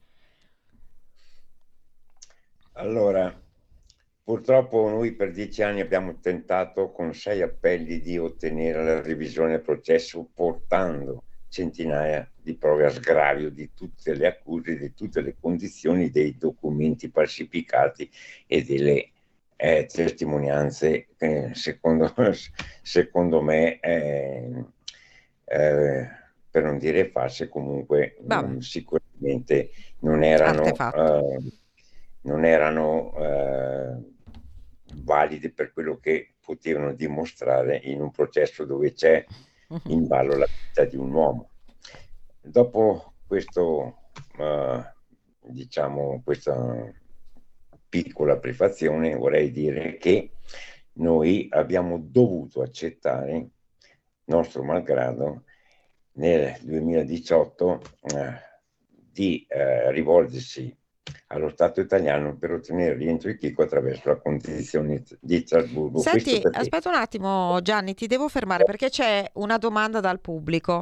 Speaker 4: Allora, purtroppo noi per dieci anni abbiamo tentato con sei appelli di ottenere la revisione del processo, portando centinaia di prove a sgravio di tutte le accuse, di tutte le condizioni dei documenti falsificati e delle eh, testimonianze che secondo, secondo me eh, eh, per non dire false, comunque mh, sicuramente non erano eh, non erano eh, valide per quello che potevano dimostrare in un processo dove c'è in ballo la vita di un uomo. Dopo questo, uh, diciamo, questa piccola prefazione, vorrei dire che noi abbiamo dovuto accettare, nostro malgrado, nel duemiladiciotto uh, di uh, rivolgersi allo Stato italiano per ottenere il rientro di Chico attraverso la condizione di Strasburgo.
Speaker 3: Senti, perché... aspetta un attimo Gianni, ti devo fermare perché c'è una domanda dal pubblico.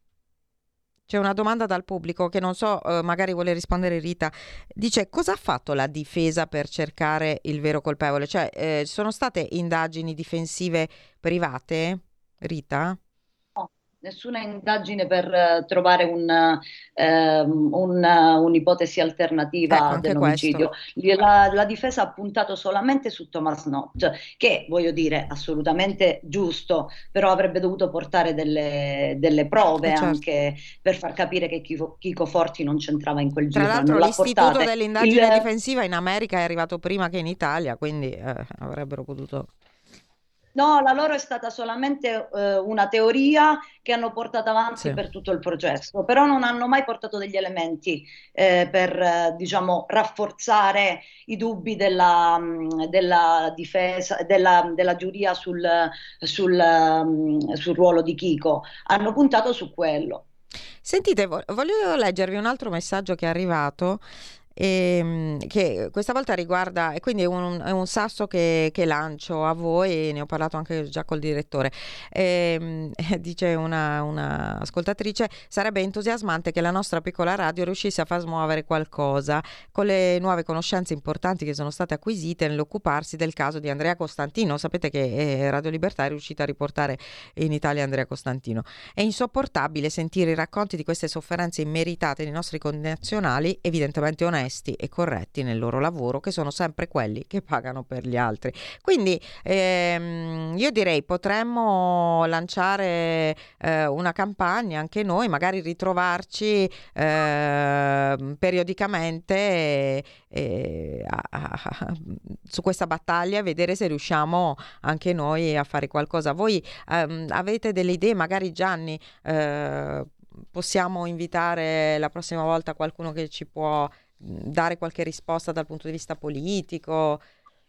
Speaker 3: C'è una domanda dal pubblico che non so, eh, magari vuole rispondere Rita. Dice: cosa ha fatto la difesa per cercare il vero colpevole? Cioè, eh, sono state indagini difensive private, Rita?
Speaker 5: Nessuna indagine per uh, trovare un, uh, un, uh, un'ipotesi alternativa ecco, dell'omicidio. La, la difesa ha puntato solamente su Thomas Knott, che voglio dire assolutamente giusto, però avrebbe dovuto portare delle, delle prove eh, certo. anche per far capire che Chico, Chico Forti non c'entrava in quel giro.
Speaker 3: Tra l'altro l'istituto portate. dell'indagine Il... difensiva in America è arrivato prima che in Italia, quindi eh, avrebbero potuto...
Speaker 5: No, la loro è stata solamente eh, una teoria che hanno portato avanti
Speaker 3: sì.
Speaker 5: per tutto il processo, però non hanno mai portato degli elementi eh, per, eh, diciamo, rafforzare i dubbi della, della difesa, della, della giuria sul, sul, sul ruolo di Chico. Hanno puntato su quello.
Speaker 3: Sentite, voglio leggervi un altro messaggio che è arrivato. E, che questa volta riguarda, e quindi è un, è un sasso che, che lancio a voi, e ne ho parlato anche già col direttore. E, dice una, una ascoltatrice: sarebbe entusiasmante che la nostra piccola radio riuscisse a far smuovere qualcosa con le nuove conoscenze importanti che sono state acquisite nell'occuparsi del caso di Andrea Costantino. Sapete che Radio Libertà è riuscita a riportare in Italia Andrea Costantino. È insopportabile sentire i racconti di queste sofferenze immeritate dei nostri connazionali, evidentemente onesti, onesti e corretti nel loro lavoro, che sono sempre quelli che pagano per gli altri. Quindi ehm, io direi potremmo lanciare eh, una campagna anche noi, magari ritrovarci eh, periodicamente eh, eh, a, a, su questa battaglia e vedere se riusciamo anche noi a fare qualcosa. Voi ehm, avete delle idee, magari Gianni, eh, possiamo invitare la prossima volta qualcuno che ci può dare qualche risposta dal punto di vista politico?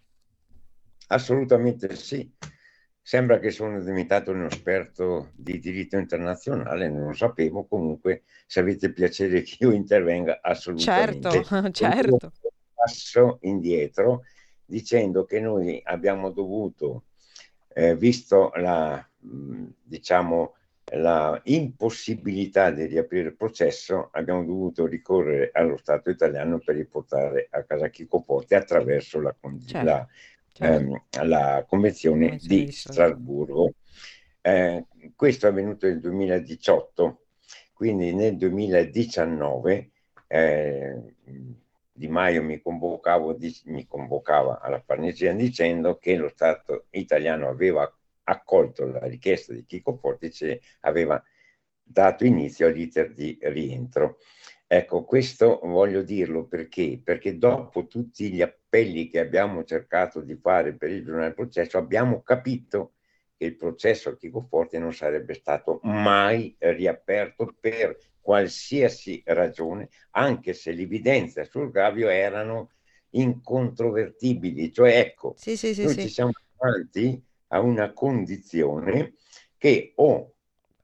Speaker 4: Assolutamente sì. Sembra che sono diventato un esperto di diritto internazionale, non lo sapevo. Comunque, se avete piacere che io intervenga, assolutamente.
Speaker 3: Certo, certo.
Speaker 4: Passo indietro dicendo che noi abbiamo dovuto, eh, visto la, mh, diciamo, la impossibilità di riaprire il processo, abbiamo dovuto ricorrere allo Stato italiano per riportare a casa Chico Forti attraverso la,
Speaker 3: Certo.
Speaker 4: la
Speaker 3: Certo.
Speaker 4: Ehm, alla Convenzione,
Speaker 3: Convenzione
Speaker 4: di
Speaker 3: di Strasburgo.
Speaker 4: Strasburgo. Eh, questo è avvenuto nel duemiladiciotto, quindi nel duemiladiciannove eh, Di Maio mi, convocavo, di, mi convocava alla Farnesina dicendo che lo Stato italiano aveva accolto la richiesta di Chico Forti e aveva dato inizio all'iter di rientro. Ecco, questo voglio dirlo perché? Perché dopo tutti gli appelli che abbiamo cercato di fare per il giornale del processo, abbiamo capito che il processo a Chico Forti non sarebbe stato mai riaperto per qualsiasi ragione, anche se l'evidenza sul gravio erano incontrovertibili. Cioè, ecco,
Speaker 3: Sì, sì, sì,
Speaker 4: noi
Speaker 3: sì.
Speaker 4: ci siamo davanti a una condizione che o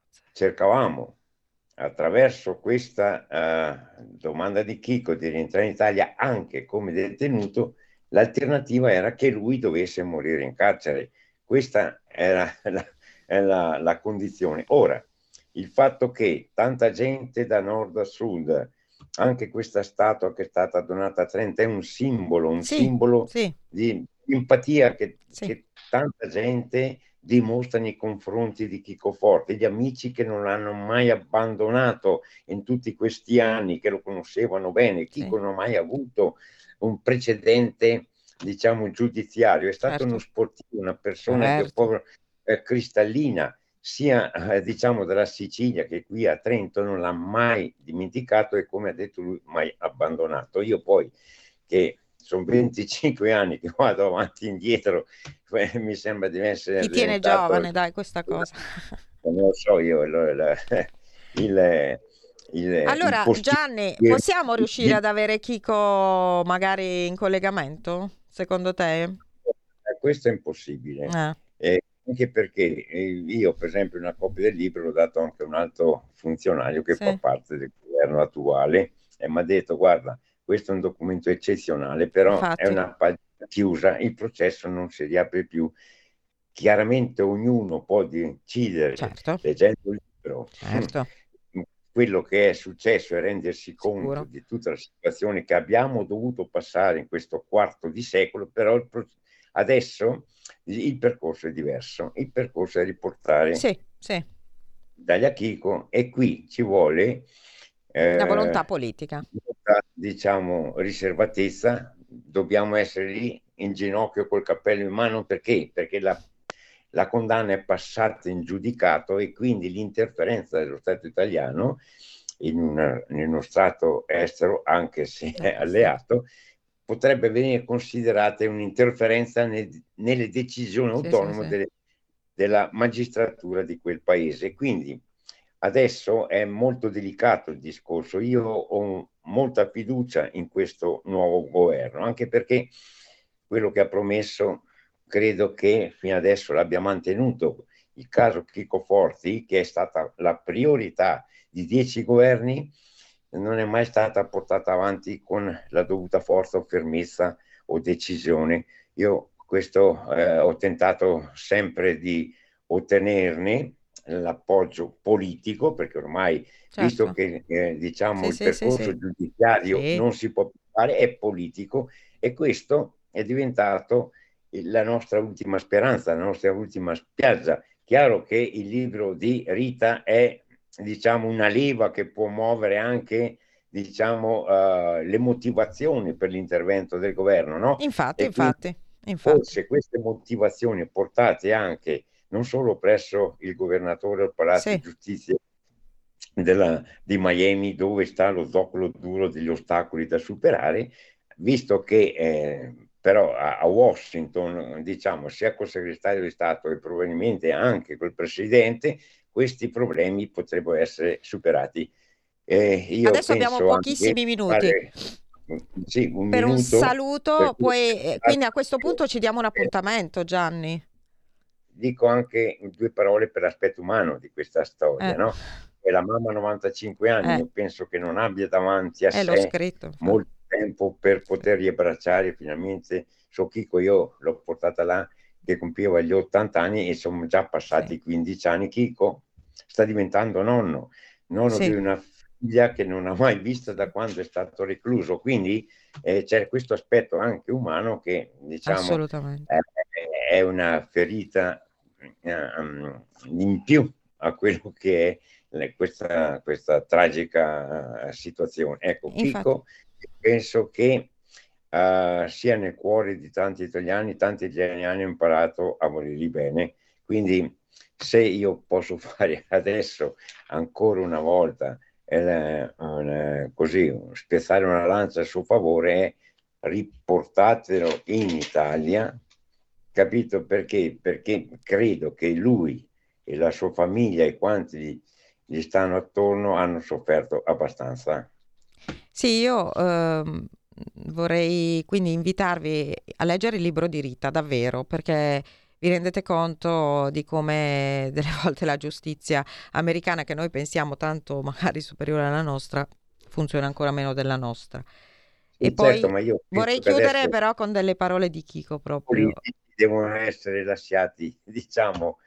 Speaker 4: cercavamo attraverso questa uh, domanda di Chico di rientrare in Italia anche come detenuto, l'alternativa era che lui dovesse morire in carcere. Questa era la, la, la condizione. Ora, il fatto che tanta gente da nord a sud, anche questa statua che è stata donata a Trento, è un simbolo, un
Speaker 3: Sì,
Speaker 4: simbolo
Speaker 3: sì.
Speaker 4: di empatia che,
Speaker 3: Sì.
Speaker 4: che tanta gente dimostra nei confronti di Chico Forti, gli amici che non l'hanno mai abbandonato in tutti questi anni, che lo conoscevano bene. Chico
Speaker 3: Sì.
Speaker 4: non ha mai avuto un precedente, diciamo, giudiziario, è stato
Speaker 3: Certo.
Speaker 4: uno sportivo, una persona che
Speaker 3: Certo.
Speaker 4: proprio eh, cristallina, sia eh, diciamo dalla Sicilia che qui a Trento, non l'ha mai dimenticato e, come ha detto lui, mai abbandonato. Io poi, che sono venticinque anni che vado avanti e indietro, eh, mi sembra di essere
Speaker 3: Ti tiene
Speaker 4: diventato,
Speaker 3: giovane, dai, questa cosa.
Speaker 4: non lo so io, il, il, il, il
Speaker 3: Allora,
Speaker 4: posti-
Speaker 3: Gianni, possiamo riuscire ad avere Chico magari in collegamento, secondo te?
Speaker 4: Questo è impossibile,
Speaker 3: Eh,
Speaker 4: eh, anche perché eh, io, per esempio, una copia del libro l'ho dato anche a un altro funzionario che fa
Speaker 3: sì,
Speaker 4: parte del governo attuale e mi ha detto: guarda, questo è un documento eccezionale, però è
Speaker 3: infatti,
Speaker 4: una pagina chiusa, il processo non si riapre più. Chiaramente ognuno può decidere,
Speaker 3: certo,
Speaker 4: leggendo il libro,
Speaker 3: certo,
Speaker 4: quello che è successo e rendersi conto
Speaker 3: sicuro.
Speaker 4: di tutta la situazione che abbiamo dovuto passare in questo quarto di secolo, però il pro- adesso il percorso è diverso, il percorso è riportare
Speaker 3: Sì, sì,
Speaker 4: Dalia Chico, e qui ci vuole
Speaker 3: la volontà
Speaker 4: eh,
Speaker 3: politica.
Speaker 4: molta, diciamo, riservatezza. Dobbiamo essere lì in ginocchio col cappello in mano. Perché? Perché la, la condanna è passata in giudicato e quindi l'interferenza dello Stato italiano in, una, in uno Stato estero, anche se è
Speaker 3: Eh, sì.
Speaker 4: alleato, potrebbe venire considerata un'interferenza nel, nelle decisioni
Speaker 3: Sì, sì,
Speaker 4: autonome
Speaker 3: sì.
Speaker 4: delle, della magistratura di quel paese. Quindi adesso è molto delicato il discorso. Io ho molta fiducia in questo nuovo governo, anche perché quello che ha promesso credo che fino adesso l'abbia mantenuto. Il caso Chico Forti, che è stata la priorità di dieci governi, non è mai stata portata avanti con la dovuta forza o fermezza o decisione. Io questo eh, ho tentato sempre di ottenerne l'appoggio politico, perché ormai, visto
Speaker 3: Certo.
Speaker 4: che eh, diciamo
Speaker 3: Sì,
Speaker 4: il
Speaker 3: sì, sì,
Speaker 4: percorso
Speaker 3: sì.
Speaker 4: giudiziario
Speaker 3: Sì,
Speaker 4: non si può fare, è politico, e questo è diventato la nostra ultima speranza, la nostra ultima spiaggia. Chiaro che il libro di Rita è, diciamo, una leva che può muovere anche diciamo, uh, le motivazioni per l'intervento del governo, no?
Speaker 3: Infatti,
Speaker 4: E
Speaker 3: infatti,
Speaker 4: quindi
Speaker 3: infatti.
Speaker 4: forse queste motivazioni portate anche non solo presso il governatore del Palazzo
Speaker 3: Sì.
Speaker 4: di Giustizia della, di Miami, dove sta lo zoccolo duro degli ostacoli da superare, visto che eh, però a, a Washington, diciamo, sia col segretario di Stato e probabilmente anche col presidente, questi problemi potrebbero essere superati. Eh, io
Speaker 3: Adesso abbiamo
Speaker 4: penso
Speaker 3: pochissimi
Speaker 4: anche
Speaker 3: minuti.
Speaker 4: fare, sì, un
Speaker 3: Per un
Speaker 4: minuto
Speaker 3: saluto,
Speaker 4: per cui-
Speaker 3: poi, eh, quindi a questo punto ci diamo un appuntamento, Gianni.
Speaker 4: Dico anche in due parole per l'aspetto umano di questa storia,
Speaker 3: Eh.
Speaker 4: no? E la mamma ha novantacinque anni,
Speaker 3: Eh.
Speaker 4: io penso che non abbia davanti a
Speaker 3: Eh, l'ho
Speaker 4: sé
Speaker 3: scritto. infatti.
Speaker 4: molto tempo per poter riabbracciare finalmente suo Chico. Io l'ho portata là che compiva gli ottanta anni e sono già passati
Speaker 3: Sì.
Speaker 4: quindici anni. Chico sta diventando nonno, nonno
Speaker 3: Sì.
Speaker 4: di una figlia che non ha mai visto da quando è stato recluso, quindi eh, c'è questo aspetto anche umano che, diciamo,
Speaker 3: Assolutamente.
Speaker 4: è, è una ferita um, in più a quello che è le- questa, questa tragica uh, situazione. Ecco,
Speaker 3: Infatti.
Speaker 4: Chico penso che uh, sia nel cuore di tanti italiani, tanti italiani hanno imparato a volerli bene, quindi se io posso fare adesso ancora una volta eh, un, così spezzare una lancia a suo favore, è riportatelo in Italia, capito perché? Perché credo che lui e la sua famiglia e quanti gli, gli stanno attorno hanno sofferto abbastanza.
Speaker 3: Sì, io ehm, vorrei quindi invitarvi a leggere il libro di Rita, davvero, perché vi rendete conto di come delle volte la giustizia americana, che noi pensiamo tanto magari superiore alla nostra, funziona ancora meno della nostra.
Speaker 4: Sì,
Speaker 3: E poi
Speaker 4: certo, ma io
Speaker 3: vorrei
Speaker 4: penso che
Speaker 3: chiudere
Speaker 4: adesso
Speaker 3: però con delle parole di Chico
Speaker 4: i
Speaker 3: proprio.
Speaker 4: politici devono essere lasciati, diciamo,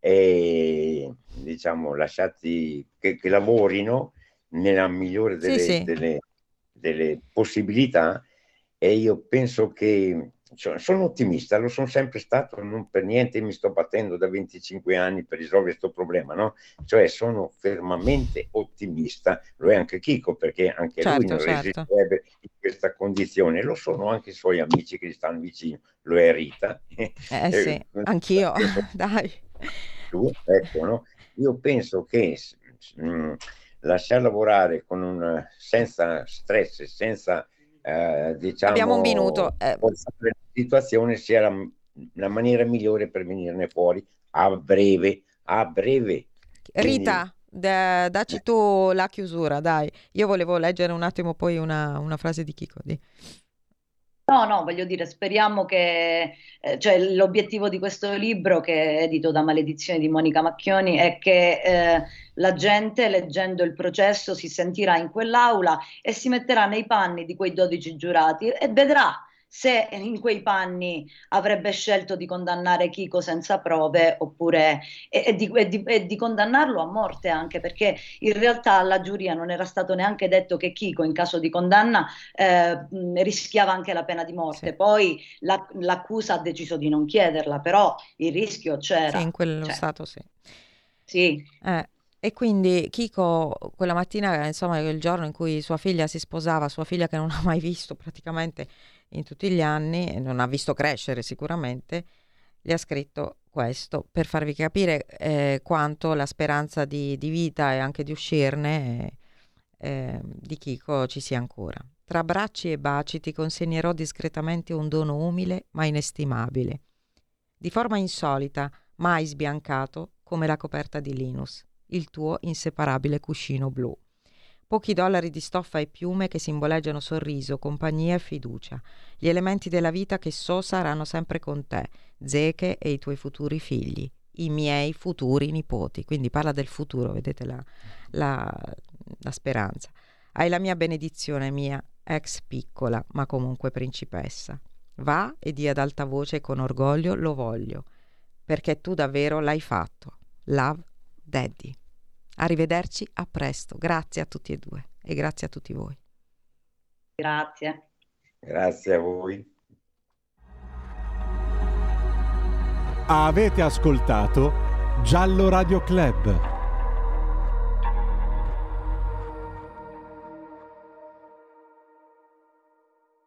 Speaker 4: eh, diciamo lasciati che, che lavorino nella migliore
Speaker 3: Sì,
Speaker 4: delle,
Speaker 3: sì.
Speaker 4: delle, delle possibilità, e io penso che cioè, sono ottimista, lo sono sempre stato, non per niente mi sto battendo da venticinque anni per risolvere questo problema, no? Cioè sono fermamente ottimista, lo è anche Chico, perché anche lui
Speaker 3: Certo,
Speaker 4: non
Speaker 3: certo.
Speaker 4: resisterebbe in questa condizione, lo sono anche i suoi amici che gli stanno vicino, lo è Rita.
Speaker 3: Eh sì, anch'io, dai.
Speaker 4: Tu, ecco, no? Io penso che mh, lasciar lavorare con un, senza stress, senza eh, diciamo
Speaker 3: Abbiamo un minuto. Eh,
Speaker 4: forzare la situazione sia la, la maniera migliore per venirne fuori a breve, a breve. Quindi,
Speaker 3: Rita, da- dacci tu la chiusura, dai. Io volevo leggere un attimo poi una, una frase di Chico. Di...
Speaker 5: No, no, voglio dire, speriamo che, eh, cioè l'obiettivo di questo libro, che è edito da Maledizione di Monica Macchioni, è che eh, la gente, leggendo il processo, si sentirà in quell'aula e si metterà nei panni di quei dodici giurati e vedrà se in quei panni avrebbe scelto di condannare Chico senza prove oppure e, e, di, e, di, e di condannarlo a morte, anche perché in realtà alla giuria non era stato neanche detto che Chico in caso di condanna eh, rischiava anche la pena di morte.
Speaker 3: Sì.
Speaker 5: Poi la, l'accusa ha deciso di non chiederla, però il rischio c'era.
Speaker 3: Sì, in quello
Speaker 5: Cioè,
Speaker 3: stato sì.
Speaker 5: sì.
Speaker 3: Eh, e quindi Chico quella mattina, insomma, il giorno in cui sua figlia si sposava, sua figlia che non ha mai visto praticamente in tutti gli anni, non ha visto crescere sicuramente, gli ha scritto questo per farvi capire eh, quanto la speranza di, di vita e anche di uscirne eh, di Chico ci sia ancora. Tra abbracci e baci ti consegnerò discretamente un dono umile ma inestimabile, di forma insolita, mai sbiancato come la coperta di Linus, il tuo inseparabile cuscino blu. Pochi dollari di stoffa e piume che simboleggiano sorriso, compagnia e fiducia. Gli elementi della vita che so saranno sempre con te, Zeche e i tuoi futuri figli, i miei futuri nipoti. Quindi parla del futuro, vedete la, la, la speranza. Hai la mia benedizione, mia ex piccola, ma comunque principessa. Va e di ad alta voce e con orgoglio lo voglio, perché tu davvero l'hai fatto. Love, Daddy. Arrivederci, a presto. Grazie a tutti e due e grazie a tutti voi.
Speaker 5: Grazie.
Speaker 4: Grazie a voi.
Speaker 1: Avete ascoltato Giallo Radio Club.